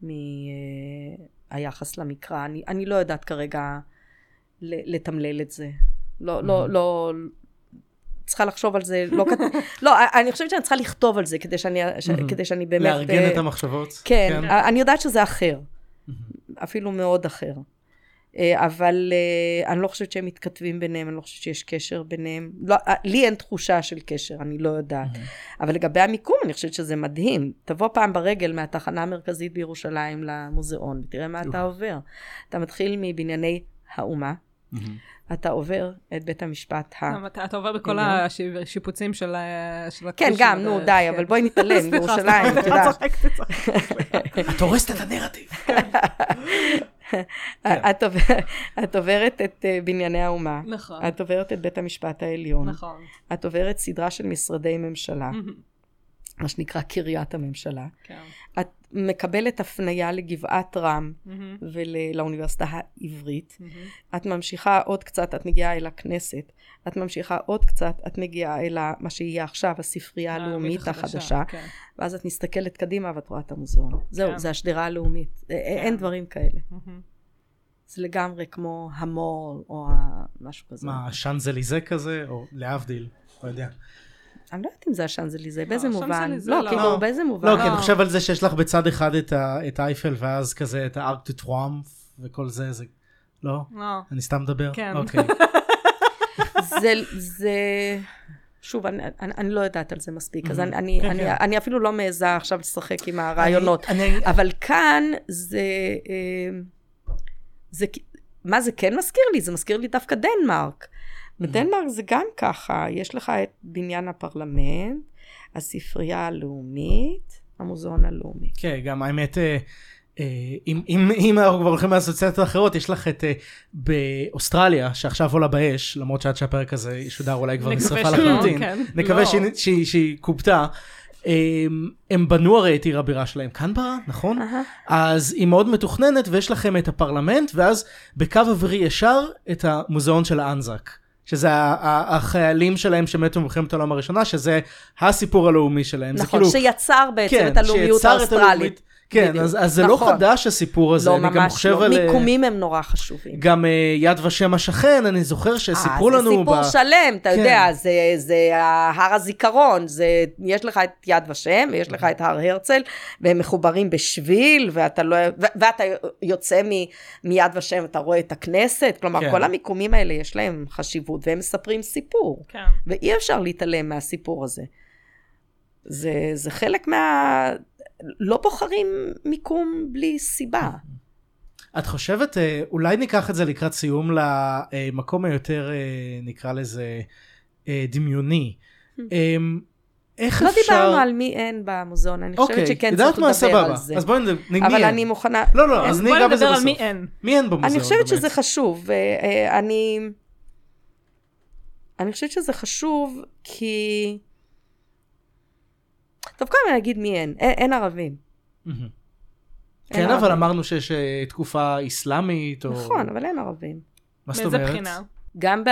מהיחס למקרא. אני, אני לא יודעת כרגע לתמלל את זה. לא, לא, לא, צריכה לחשוב על זה, לא, לא, אני חושבת שאני צריכה לכתוב על זה, כדי שאני, כדי שאני באמת... לארגן את המחשבות. כן, אני יודעת שזה אחר. אפילו מאוד אחר. אבל אני לא חושבת שהם מתכתבים ביניהם, אני לא חושבת שיש קשר ביניהם. לא, לי אין תחושה של קשר, אני לא יודעת. אבל לגבי המיקום, אני חושבת שזה מדהים. תבוא פעם ברגל מהתחנה המרכזית בירושלים למוזיאון, ותראה מה אתה עובר. אתה מתחיל מבנייני האומה, אתה עובר את בית המשפט ה... אתה עובר בכל השיפוצים של הכביש. כן, גם, נו, די, אבל בואי נתעלם, בירושלים, את יודעת. את הורסת את הנרטיב. את עוברת את בנייני האומה. נכון. את עוברת את בית המשפט העליון. נכון. את עוברת סדרה של משרדי ממשלה. מה שנקרא קריית הממשלה. כן. את מקבלת הפניה לגבעת רם ולאוניברסיטה העברית. את ממשיכה עוד קצת, את מגיעה אל הכנסת. את ממשיכה עוד קצת, את מגיעה אל מה שיהיה עכשיו, הספרייה הלאומית החדשה. ואז את מסתכלת קדימה ואת רואה את המוזיאון. זהו, זה השדרה הלאומית. אין דברים כאלה. זה לגמרי כמו המול או משהו כזה. מה, השאנזליזה כזה? או להבדיל? לא יודע. אני לא יודעת אם זה השאנזליזה, באיזה מובן? לא, כאילו, באיזה מובן? לא, כי אני חושב על זה שיש לך בצד אחד את האייפל, ואז כזה את הארק דה טראמפ, וכל זה, זה... לא? לא. אני סתם מדבר? כן. אוקיי. זה... שוב, אני לא יודעת על זה מספיק, אז אני אפילו לא מעיזה עכשיו לשחק עם הרעיונות. אבל כאן זה... מה זה כן מזכיר לי? זה מזכיר לי דווקא דנמרק. בדנמרק זה גם ככה, יש לך את בניין הפרלמנט, הספרייה הלאומית, המוזיאון הלאומי. כן, גם האמת, אם אנחנו כבר הולכים מהאסוציאציות האחרות, יש לך את באוסטרליה, שעכשיו עולה באש, למרות שעד שהפרק הזה ישודר אולי כבר נשרפה לחלוטין, נקווה שהיא קופתה, הם בנו הרי את עיר הבירה שלהם, קנברה, נכון? אז היא מאוד מתוכננת, ויש לכם את הפרלמנט, ואז בקו אווירי ישר את המוזיאון של האנזק. שזה החיילים שלהם שמתו במלחמת העולם הראשונה, שזה הסיפור הלאומי שלהם. נכון, שיצר בעצם את הלאומיות האוסטרלית. כן, אז זה לא חדש הסיפור הזה. לא, ממש לא. מיקומים הם נורא חשובים. גם יד ושם השכן, אני זוכר שסיפרו לנו... זה סיפור שלם, אתה יודע, זה הר הזיכרון, יש לך את יד ושם, ויש לך את הר הרצל, והם מחוברים בשביל, ואתה יוצא מיד ושם, אתה רואה את הכנסת, כלומר, כל המיקומים האלה יש להם חשיבות, והם מספרים סיפור, ואי אפשר להתעלם מהסיפור הזה. זה חלק מה... לא בוחרים מיקום בלי סיבה. את חושבת, אולי ניקח את זה לקראת סיום למקום היותר, נקרא לזה, דמיוני. איך לא אפשר... לא דיברנו על מי אין במוזיאון, אני חושבת שכן צריך לדבר על זה. אז בואי נדבר, אבל אני מוכנה... לא, לא, אז ניגע בזה בסוף. מי אין. מי אין במוזיאון? אני חושבת שזה חשוב, ואני... אני חושבת שזה חשוב כי... טוב, קודם אני אגיד מי אין. אין ערבים. כן, אבל אמרנו שיש תקופה איסלאמית, או... נכון, אבל אין ערבים. מה זאת אומרת? באיזה בחינה? גם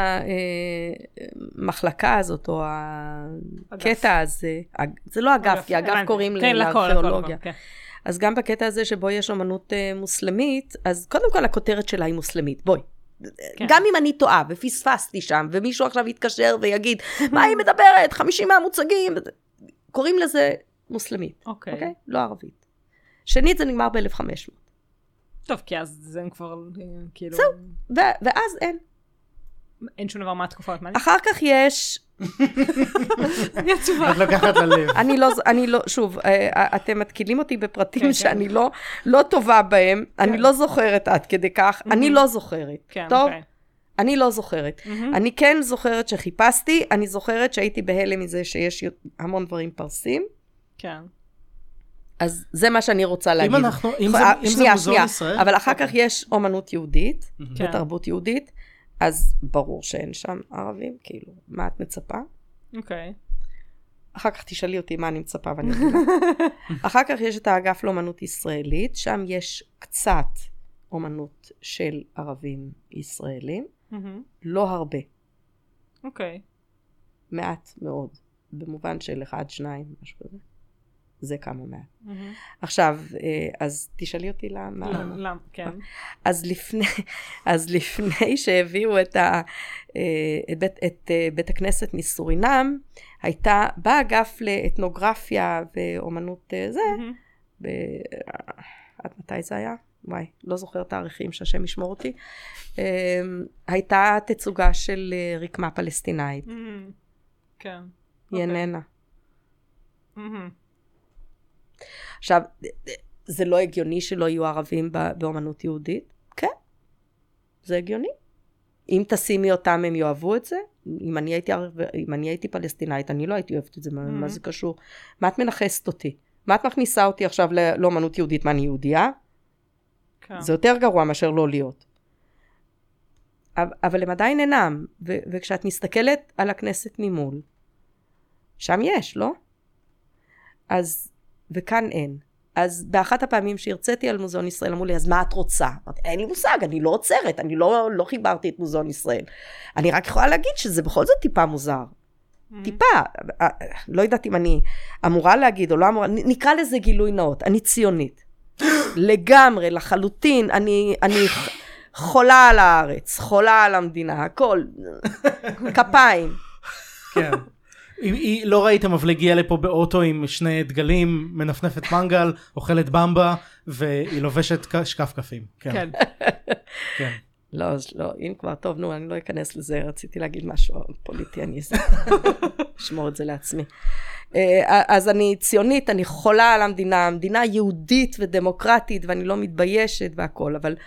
במחלקה הזאת, או הקטע הזה, זה לא אגף, כי אגף קוראים לארכיאולוגיה. אז גם בקטע הזה שבו יש אומנות מוסלמית, אז קודם כל הכותרת שלה היא מוסלמית. בואי. גם אם אני טועה ופספסתי שם, ומישהו עכשיו יתקשר ויגיד, מה היא מדברת? חמישים מהמוצגים. קוראים לזה מוסלמית. אוקיי? לא ערבית. שנית זה נגמר ב-אלף וחמש מאות. טוב, כי אז זה כבר כאילו... זהו, ואז אין. אין שום דבר מהתקופה העות'מאנית? אחר כך יש... אני עצובה. את לוקחת ללב. אני לא, אני לא, שוב, אתם מתקילים אותי בפרטים שאני לא, לא טובה בהם, אני לא זוכרת עד כדי כך, אני לא זוכרת. טוב? אני לא זוכרת. אני כן זוכרת שחיפשתי, אני זוכרת שהייתי בהלם מזה שיש המון דברים פרסים. כן. אז זה מה שאני רוצה להגיד. אם אנחנו, אם זה, אם זה מוזיאון ישראל. אבל אחר כך יש אומנות יהודית, ותרבות יהודית, אז ברור שאין שם ערבים, כאילו, מה את מצפה? אוקיי. אחר כך תשאלי אותי מה אני מצפה ואני אגיד לה. אחר כך יש את האגף לאומנות ישראלית, שם יש קצת אומנות של ערבים ישראלים, לא הרבה. אוקיי. מעט מאוד, במובן של אחד, שניים, משהו כזה. זה כמה מעט. עכשיו, אז תשאלי אותי למה. למה, כן. אז לפני, אז לפני שהביאו את, ה, את, בית, את בית הכנסת מסורינם, הייתה באגף לאתנוגרפיה ואומנות זה, ב, עד מתי זה היה? וואי, לא זוכר תאריכים שהשם ישמור אותי. הייתה תצוגה של רקמה פלסטינאית. כן. היא איננה. עכשיו, זה לא הגיוני שלא יהיו ערבים באומנות יהודית? כן, זה הגיוני. אם תשימי אותם, הם יאהבו את זה. אם אני הייתי, אם אני הייתי פלסטינאית, אני לא הייתי אוהבת את זה. מה זה קשור? מה את מנחסת אותי? מה את מכניסה אותי עכשיו לאומנות יהודית? מה, אני יהודייה? זה יותר גרוע מאשר לא להיות. אבל הם עדיין אינם. וכשאת מסתכלת על הכנסת ממול, שם יש, לא? אז... וכאן אין. אז באחת הפעמים שהרציתי על מוזיאון ישראל, אמרו לי, אז מה את רוצה? אמרתי, אין לי מושג, אני לא עוצרת, אני לא, לא חיברתי את מוזיאון ישראל. אני רק יכולה להגיד שזה בכל זאת טיפה מוזר. Mm-hmm. טיפה, לא יודעת אם אני אמורה להגיד או לא אמורה, נקרא לזה גילוי נאות, אני ציונית. לגמרי, לחלוטין, אני, אני חולה על הארץ, חולה על המדינה, הכל, כפיים. כן. היא לא ראיתם, אבל הגיעה לפה באוטו עם שני דגלים, מנפנפת מנגל, אוכלת במבה, והיא לובשת שקף קפים. כן. כן. לא, לא, אם כבר טוב, נו, אני לא אכנס לזה, רציתי להגיד משהו פוליטי, אני אשמור את זה לעצמי. אז אני ציונית, אני חולה על המדינה, המדינה יהודית ודמוקרטית, ואני לא מתביישת והכל, אבל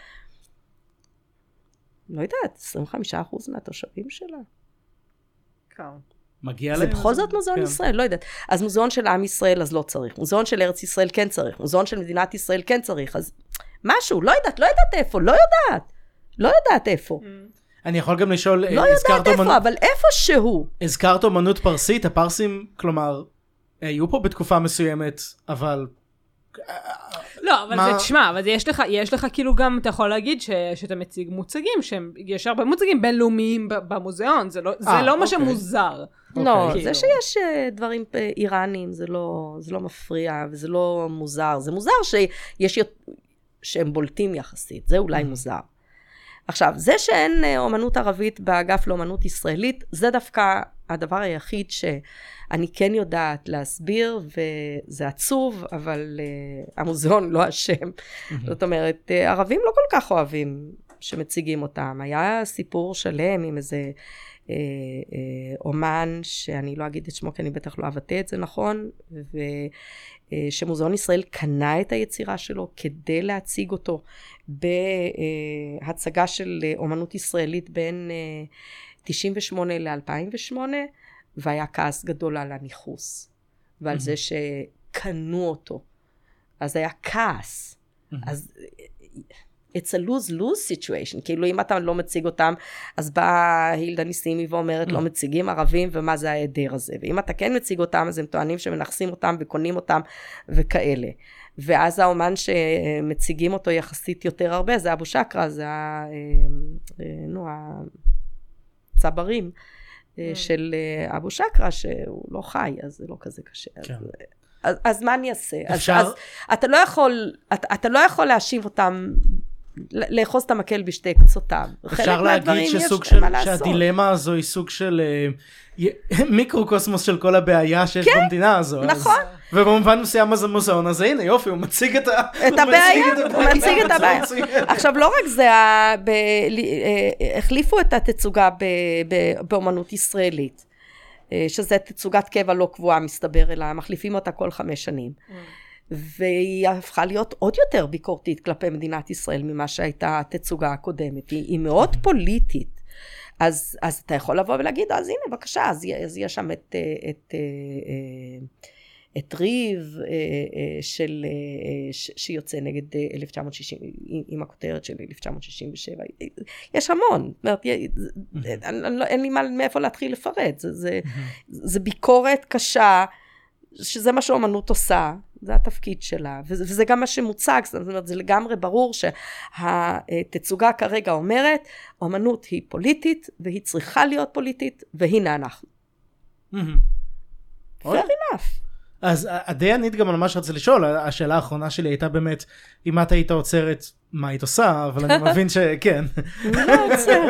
לא יודעת, עשרים וחמישה אחוז מהתושבים שלה. כן. מגיע זה להם. בכל זאת מוזיאון ישראל, לא יודעת. אז מוזיאון של עם ישראל, אז לא צריך. מוזיאון של ארץ ישראל כן צריך. מוזיאון של מדינת ישראל כן צריך. אז משהו, לא יודעת, לא יודעת איפה, לא יודעת. לא יודעת איפה. אני יכול גם לשאול, לא יודעת איפה, אבל איפה שהוא. הזכרת אומנות פרסית, הפרסים, כלומר, היו פה בתקופה מסוימת, אבל... לא, אבל זה, תשמע, אבל יש לך, יש לך כאילו גם, אתה יכול להגיד ש, שאתה מציג מוצגים, שיש הרבה מוצגים בינלאומיים במוזיאון, זה לא, זה לא מה שמוזר. לא, זה שיש דברים איראנים, זה לא, זה לא מפריע, וזה לא מוזר. זה מוזר שיש, שהם בולטים יחסית, זה אולי מוזר. עכשיו, זה שאין אומנות ערבית באגף לאומנות ישראלית, זה דווקא הדבר היחיד שאני כן יודעת להסביר, וזה עצוב, אבל uh, המוזיאון לא אשם. זאת אומרת, uh, ערבים לא כל כך אוהבים שמציגים אותם. היה סיפור שלם עם איזה uh, uh, אומן, שאני לא אגיד את שמו, כי אני בטח לא אבטא את זה נכון, ו... שמוזיאון ישראל קנה את היצירה שלו כדי להציג אותו בהצגה של אומנות ישראלית בין תשעים ושמונה ל-אלפיים ושמונה, והיה כעס גדול על הניחוס, ועל זה שקנו אותו. אז היה כעס. אז it's a lose-lose situation, כאילו אם אתה לא מציג אותם, אז באה הילדה ניסימי ואומרת, לא מציגים ערבים, ומה זה ההיעדר הזה? ואם אתה כן מציג אותם, אז הם טוענים שמנחסים אותם וקונים אותם וכאלה. ואז האומן שמציגים אותו יחסית יותר הרבה, זה אבו שקרה, זה ה... נו, הצברים של אבו שקרה, שהוא לא חי, אז זה לא כזה קשה. כן. אז... אז, אז מה אני אעשה? אפשר... אז, אז אתה לא יכול, אתה, אתה לא יכול להשיב אותם, לאחוז את המקל בשתי קצותיו. אפשר להגיד שסוג של, שהדילמה הזו היא סוג של מיקרוקוסמוס של כל הבעיה שיש כן, במדינה הזו. נכון. אז... ובמובן מסוים אז המוזיאון הזה, הנה יופי, הוא מציג את ה... את הבעיה, הוא מציג את הבעיה. עכשיו, לא רק זה, החליפו את התצוגה באומנות ישראלית, שזה תצוגת קבע לא קבועה מסתבר, אלא מחליפים אותה כל חמש שנים. והיא הפכה להיות עוד יותר ביקורתית כלפי מדינת ישראל ממה שהייתה התצוגה הקודמת. היא, היא מאוד פוליטית. אז, אז אתה יכול לבוא ולהגיד, אז הנה, בבקשה, אז, אז יש שם את, את, את ריב של, ש, שיוצא נגד אלף תשע מאות שישים, עם הכותרת של אלף תשע מאות שישים ושבע. יש המון. זאת אומרת, אין לי מאיפה להתחיל לפרט. זה, זה, זה ביקורת קשה, שזה מה שאומנות עושה. זה התפקיד שלה, וזה, וזה גם מה שמוצג, זאת אומרת, זה לגמרי ברור שהתצוגה כרגע אומרת, אומנות היא פוליטית, והיא צריכה להיות פוליטית, והנה אנחנו. fair enough. אז די ענית גם על מה שרציתי לשאול, השאלה האחרונה שלי הייתה באמת, אם את היית עוצרת, מה היית עושה, אבל אני מבין שכן. לא עוצר.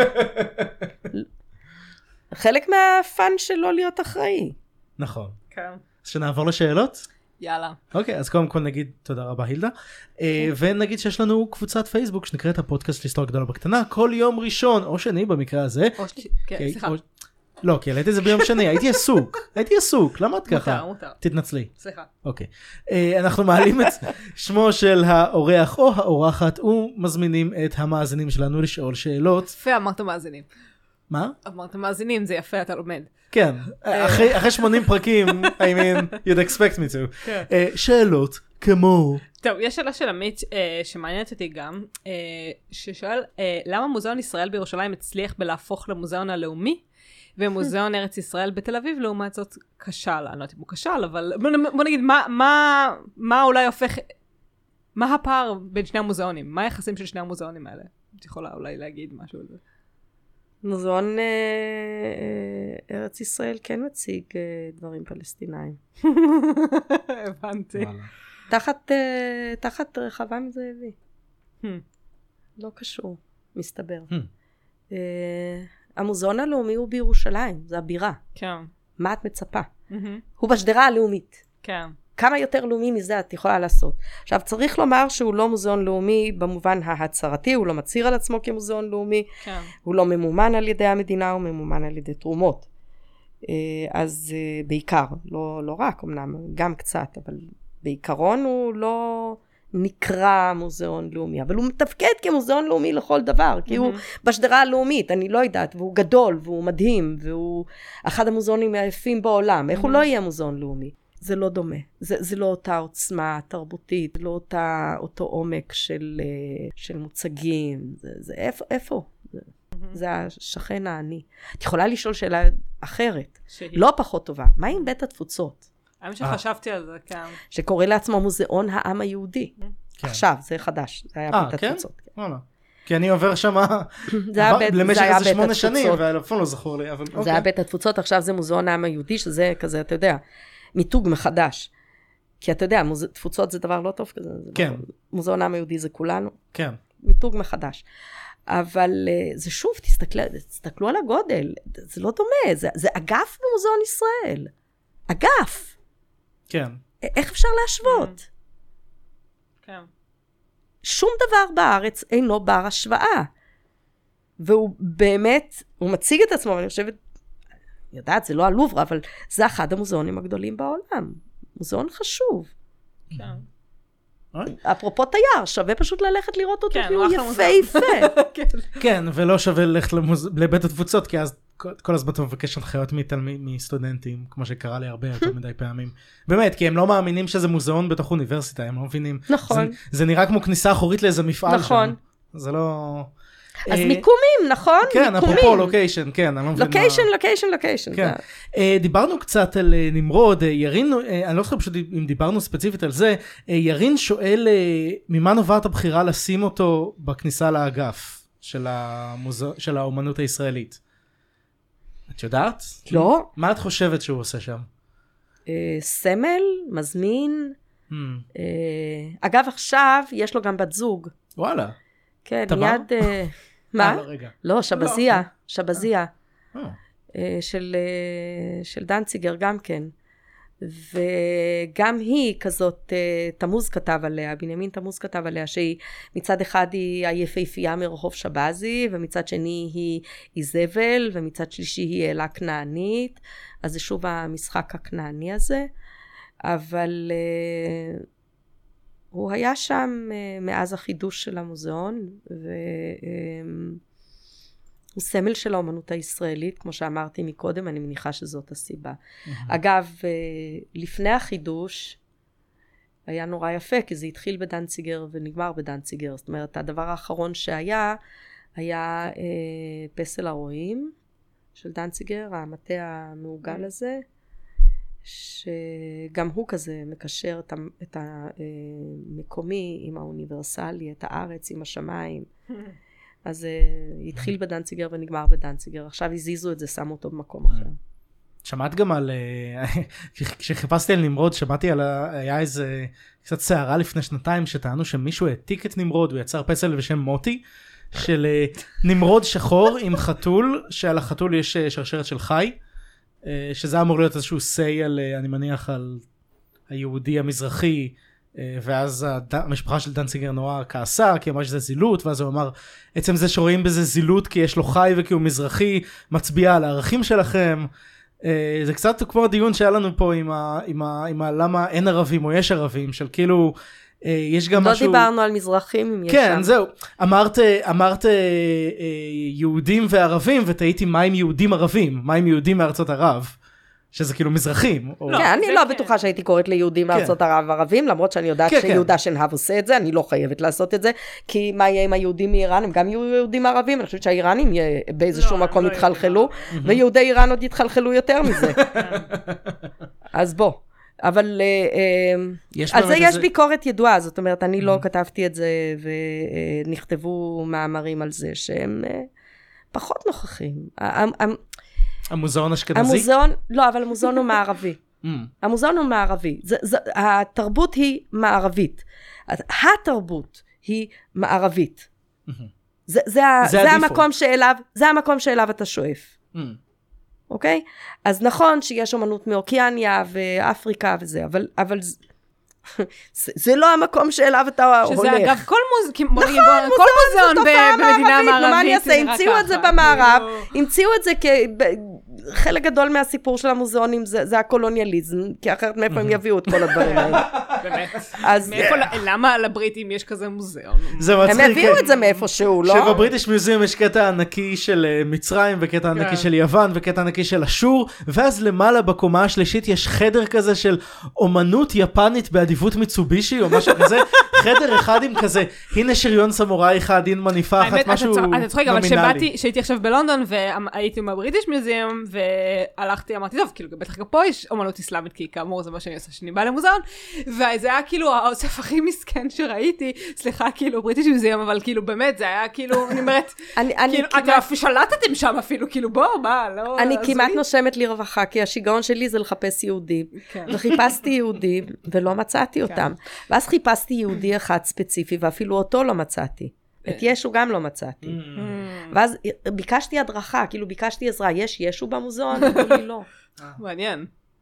חלק מהפן של לא להיות אחראי. נכון. כן. אז שנעבור לשאלות? יאללה. אוקיי, אז קודם כל נגיד תודה רבה הילדה, ונגיד שיש לנו קבוצת פייסבוק שנקראת הפודקאסט להיסטוריה גדולה בקטנה, כל יום ראשון או שני במקרה הזה. כן, סליחה. לא, כי העליתי את זה ביום שני, הייתי עסוק, הייתי עסוק, למה את ככה? מותר, מותר. תתנצלי. סליחה. אוקיי. אנחנו מעלים את שמו של האורח או האורחת ומזמינים את המאזינים שלנו לשאול שאלות. יפה, אמרת מאזינים. מה? אמרת מאזינים, זה יפה, אתה לומד. כן, אחרי שמונים פרקים, I mean, you'd expect me to. שאלות כמו... טוב, יש שאלה של עמית שמעניינת אותי גם, ששואל, למה מוזיאון ישראל בירושלים הצליח בלהפוך למוזיאון הלאומי, ומוזיאון ארץ ישראל בתל אביב, לעומת זאת כשל, אני לא יודעת אם הוא כשל, אבל בוא נגיד, מה אולי הופך, מה הפער בין שני המוזיאונים? מה היחסים של שני המוזיאונים האלה? את יכולה אולי להגיד משהו על זה. מוזיאון ארץ ישראל כן מציג דברים פלסטינאים. הבנתי. תחת, תחת רחבעם זאבי. לא קשור, מסתבר. המוזיאון הלאומי הוא בירושלים, זה הבירה. כן. מה את מצפה? הוא בשדרה הלאומית. כן. כמה יותר לאומי מזה את יכולה לעשות. עכשיו, צריך לומר שהוא לא מוזיאון לאומי במובן ההצהרתי, הוא לא מצהיר על עצמו כמוזיאון לאומי, כן. הוא לא ממומן על ידי המדינה, הוא ממומן על ידי תרומות. אז בעיקר, לא, לא רק, אמנם, גם קצת, אבל בעיקרון הוא לא נקרא מוזיאון לאומי, אבל הוא מתפקד כמוזיאון לאומי לכל דבר, כי הוא בשדרה הלאומית, אני לא יודעת, והוא גדול, והוא מדהים, והוא אחד המוזיאונים היפים בעולם. איך הוא לא יהיה מוזיאון לאומי? זה לא דומה. זה, זה לא אותה עוצמה תרבותית, לא אותה, אותו עומק של, של מוצגים. זה, זה איפה? איפה? זה, זה השכן העני. את יכולה לשאול שאלה אחרת, שהיא. לא פחות טובה. מה עם בית התפוצות? האמת שחשבתי על זה, כן. שקורא לעצמו מוזיאון העם היהודי. כן. עכשיו, זה חדש. זה היה 아, בית כן? התפוצות. כן. וואלה. כי אני עובר שם למשך איזה שמונה שנים, ואף פעם לא זכור לי. אבל... זה אוקיי. היה בית התפוצות, עכשיו זה מוזיאון העם היהודי, שזה כזה, אתה יודע, מיתוג מחדש. כי אתה יודע, מוז... תפוצות זה דבר לא טוב כזה. כן. מוזיאון העם היהודי זה כולנו. כן. מיתוג מחדש. אבל זה שוב, תסתכלו, תסתכלו על הגודל. זה לא דומה. זה, זה אגף במוזיאון ישראל. אגף. כן. איך אפשר להשוות? כן. שום דבר בארץ אינו בר השוואה. והוא באמת, הוא מציג את עצמו, ואני חושבת, יודעת, זה לא הלובר, אבל זה אחד המוזיאונים הגדולים בעולם. מוזיאון חשוב. כן. אפרופו תייר, שווה פשוט ללכת לראות אותו, כי הוא יפה יפה. כן, ולא שווה ללכת לבית התפוצות, כי אז כל הזמן אתה מבקש הנחיות מסטודנטים, כמו שקרה לי הרבה יותר מדי פעמים. באמת, כי הם לא מאמינים שזה מוזיאון בתוך אוניברסיטה, הם לא מבינים. נכון. זה נראה כמו כניסה אחורית לאיזה מפעל שם. נכון. זה לא... אז מיקומים, נכון? כן, אפרופו לוקיישן, כן. לוקיישן, לוקיישן, לוקיישן. דיברנו קצת על נמרוד, ירין, אני לא זוכר פשוט אם דיברנו ספציפית על זה, ירין שואל ממה נובעת הבחירה לשים אותו בכניסה לאגף של האומנות הישראלית. את יודעת? לא. מה את חושבת שהוא עושה שם? סמל, מזמין. אגב, עכשיו יש לו גם בת זוג. וואלה. כן, מיד... מה? לא, שבזיה, שבזיה. של דנציגר גם כן. וגם היא כזאת, תמוז כתב עליה, בנימין תמוז כתב עליה, שהיא מצד אחד היא היפהפייה מרחוב שבזי, ומצד שני היא איזבל, ומצד שלישי היא אלה כנענית, אז זה שוב המשחק הכנעני הזה, אבל uh, הוא היה שם uh, מאז החידוש של המוזיאון, והוא uh, סמל של האומנות הישראלית, כמו שאמרתי מקודם, אני מניחה שזאת הסיבה. Mm-hmm. אגב, uh, לפני החידוש, היה נורא יפה, כי זה התחיל בדנציגר ונגמר בדנציגר, זאת אומרת, הדבר האחרון שהיה, היה uh, פסל הרועים של דנציגר, המטה המעוגל הזה, שגם הוא כזה מקשר את המקומי עם האוניברסלי, את הארץ עם השמיים. אז התחיל בדנציגר ונגמר בדנציגר, עכשיו הזיזו את זה, שמו אותו במקום אחר. שמעת גם על, כשחיפשתי על נמרוד, שמעתי על, היה איזה קצת שערה לפני שנתיים, שטענו שמישהו העתיק את נמרוד, הוא יצר פסל בשם מוטי, של נמרוד שחור עם חתול, שעל החתול יש שרשרת של חי, שזה אמור להיות איזשהו סי על, אני מניח, על היהודי המזרחי, ואז המשפחה של דנציגר נורא כעסה, כי אמרה שזה זילות, ואז הוא אמר, עצם זה שרואים בזה זילות כי יש לו חי וכי הוא מזרחי, מצביע על הערכים שלכם. זה קצת כמו הדיון שהיה לנו פה עם, ה, עם, ה, עם ה, למה אין ערבים או יש ערבים, של כאילו, יש גם לא משהו... לא דיברנו על מזרחים אם יש כן, שם. זהו. אמרת, אמרת יהודים וערבים, ותהיתי מה עם יהודים ערבים, מה עם יהודים מארצות ערב, שזה כאילו מזרחים. או... כן, אני לא בטוחה שהייתי קוראת ליהודים מארצות ערב ערבים, למרות שאני יודעת שיהודה שנהב עושה את זה, אני לא חייבת לעשות את זה, כי מה יהיה עם היהודים מאיראן, הם גם יהיו יהודים ערבים, אני חושבת שהאיראנים באיזשהו מקום יתחלחלו, ויהודי איראן עוד יתחלחלו יותר מזה. אז בוא. אבל על זה יש ביקורת ידועה, זאת אומרת, אני לא כתבתי את זה, ונכתבו מאמרים על זה, שהם פחות נוכחים. המוזיאון אשכנזי? המוזיאון, לא, אבל המוזיאון הוא מערבי. המוזיאון הוא מערבי. התרבות היא מערבית. התרבות היא מערבית. זה המקום שאליו, זה המקום שאליו אתה שואף. אוקיי? אז נכון שיש אומנות מאוקיאניה ואפריקה וזה, אבל, אבל זה לא המקום שאליו אתה הולך. שזה אגב, כל מוזיאון במדינה מערבית. מה אני אעשה? המציאו את זה במערב, המציאו את זה כחלק גדול מהסיפור של המוזיאונים, זה הקולוניאליזם, כי אחרת מאיפה הם יביאו את כל הדברים האלה. באמת. למה לבריטים יש כזה מוזיאון? הם הביאו את זה מאיפשהו, לא? שבבריטיש מיוזיאום יש קטע ענקי של מצרים, וקטע ענקי של יוון, וקטע ענקי של אשור, ואז למעלה בקומה השלישית יש חדר כזה של אומנות יפנית באדיבות מיצובישי, או משהו כזה, חדר אחד עם כזה, הנה שריון סמוראי אחד, הנה מניפה אחת, משהו נומינלי. אתה צוחק, אבל שהייתי עכשיו בלונדון, והייתי בבריטיש מיוזיאום, והלכתי, אמרתי, טוב, כאילו, בטח גם פה יש אומנות אסלאמית, כי כאמור זה מה שאני עושה, שאני באה למוזיאון, וזה היה כאילו האוסף הכי מסכן שראיתי, סליחה, כאילו, בריטיש מיוזיאום, אבל כאילו, באמת, זה היה כאילו, אני אומרת, כאילו, אתם שלטתם שם אפילו, כאילו, בוא, מה, לא... אני כמעט נושמת לרווחה, כי השיגעון שלי זה לחפש יהודים, וחיפשתי יהודים, ולא מצאתי אותם. ואז חיפשתי יהודי אחד ספציפי, ואפילו אותו לא מצאתי. את ישו גם לא מצאתי. ואז ביקשתי הדרכה, כאילו ביקשתי עזרה, יש ישו במוזיאון? אמרו לי לא. מעניין.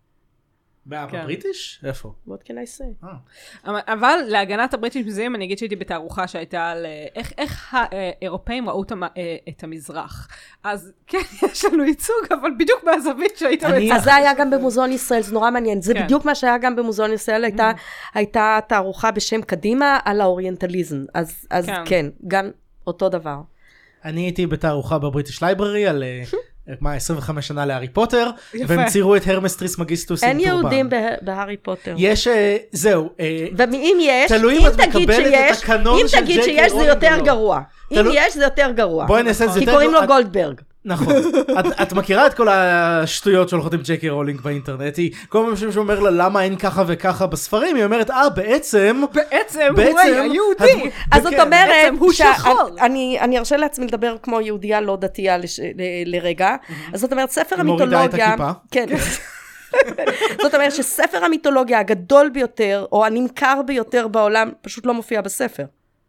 בבריטיש? איפה? What can I say? אבל להגנת הבריטיש מיוזיאום, אני אגיד שהייתי בתערוכה שהייתה על איך האירופאים ראו את המזרח. אז כן, יש לנו ייצוג, אבל בדיוק מהזווית שהיית מצחת. אז זה היה גם במוזיאון ישראל, זה נורא מעניין. זה בדיוק מה שהיה גם במוזיאון ישראל, הייתה תערוכה בשם קדימה על האוריינטליזם. אז כן, גם אותו דבר. אני הייתי בתערוכה בבריטיש לייבררי על... מה, עשרים וחמש שנה להארי פוטר, והם צירו את הרמס טריסמגיסטוס עם טורבן. אין יהודים בהארי פוטר. יש, זהו. ואם יש, אם תגיד שיש, אם תגיד שיש זה יותר גרוע. אם יש זה יותר גרוע. בואי נעשה את זה יותר גרוע. כי קוראים לו גולדברג. נכון. את מכירה את כל השטויות שהולכות עם ג'קי רולינג באינטרנט, היא כל פעם שאומר לה למה אין ככה וככה בספרים, היא אומרת, אה, בעצם, בעצם הוא היה יהודי. אז זאת אומרת, אני ארשה לעצמי לדבר כמו יהודייה לא דתייה לרגע, אז זאת אומרת, ספר המיתולוגיה, מורידה את הכיפה. כן. זאת אומרת שספר המיתולוגיה הגדול ביותר, או הנמכר ביותר בעולם, פשוט לא מופיע בספר.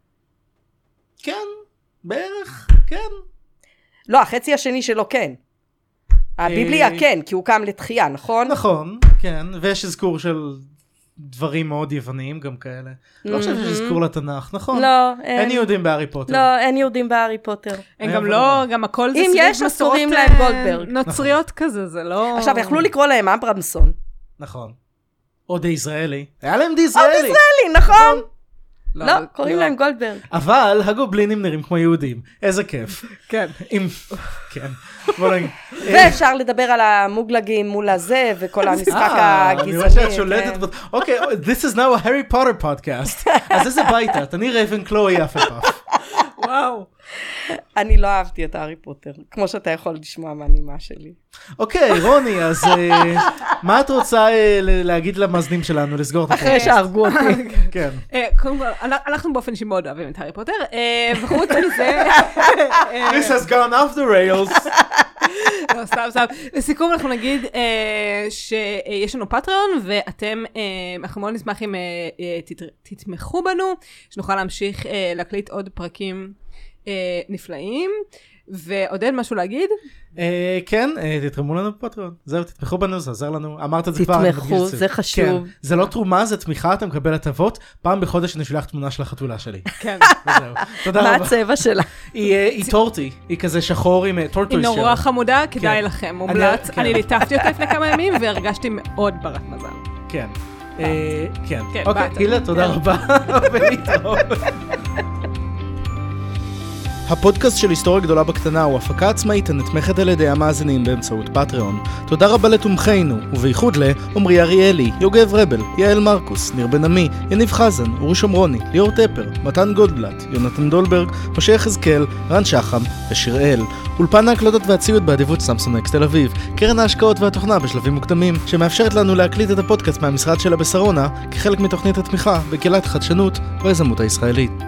כן, בערך, כן. לא, החצי השני שלו כן. הביבליה כן, כי הוא קם לתחייה, נכון? נכון. כן, ויש אזכור של דברים מאוד יווניים גם כאלה. לא חושב שיש אזכור לתנ"ך, נכון? לא, אין יהודים בהארי פוטר. לא, אין יהודים בהארי פוטר. הם גם לא, גם הכל זה סביב מסורות נוצריות כזה, זה לא... עכשיו, יכלו לקרוא להם אברמסון. נכון. או די ישראלי. היה להם די ישראלי. או די ישראלי, נכון. לא, קוראים להם גולדברג. אבל הגובלינים נראים כמו יהודים. איזה כיף. כן. כן. ואפשר לדבר על המוגלגים מול הזה, וכל המשחק הגזעני. אני רואה שאת שולטת. אוקיי, this is now a Harry Potter podcast. אז איזה ביתה? תני רייבנקלו יפה פף. וואו. אני לא אהבתי את הארי פוטר, כמו שאתה יכול לשמוע מהנימה שלי. אוקיי, רוני, אז מה את רוצה להגיד למאזינים שלנו, לסגור את אחרי שהרגו אותי. כן. קודם כל, אנחנו באופן שמאוד אוהבים את הארי פוטר, וחוץ מזה... This has gone off the rails. לא, סתם, סתם. לסיכום אנחנו נגיד שיש לנו פטריון, ואתם, אנחנו מאוד נשמח אם תתמכו בנו, שנוכל להמשיך להקליט עוד פרקים נפלאים. ועודד, משהו להגיד? כן, תתרמו לנו בפטריון. זהו, תתמכו בנו, זה עזר לנו. אמרת את זה כבר. תתמכו, זה חשוב. זה לא תרומה, זה תמיכה, אתה מקבל הטבות. פעם בחודש אני שולח תמונה של החתולה שלי. כן. תודה רבה. מה הצבע שלה? היא טורטי, היא כזה שחור עם טורטויס שלה. היא נורא חמודה, כדאי לכם, מומלץ. אני ליטפתי אותה לפני כמה ימים, והרגשתי מאוד ברת מזל. כן. כן. אוקיי, הילה, תודה רבה. ולהתראות. הפודקאסט של היסטוריה גדולה בקטנה הוא הפקה עצמאית הנתמכת על ידי המאזינים באמצעות פטריון. תודה רבה לתומכינו, ובייחוד לעומרי אריאלי, יוגב רבל, יעל מרקוס, ניר בן עמי, יניב חזן, אורי שומרוני, ליאור טפר, מתן גולדבלט, יונתן דולברג, משה יחזקאל, רן שחם ושיראל. אולפן ההקלטות והציוד באדיבות סמסון אקס תל אביב, קרן ההשקעות והתוכנה בשלבים מוקדמים, שמאפשרת לנו להקליט את הפודקאסט מהמשרד שלה בשרונה, כחלק מתוכנית התמיכה בקהילת החדשנות והיזמות הישראלית.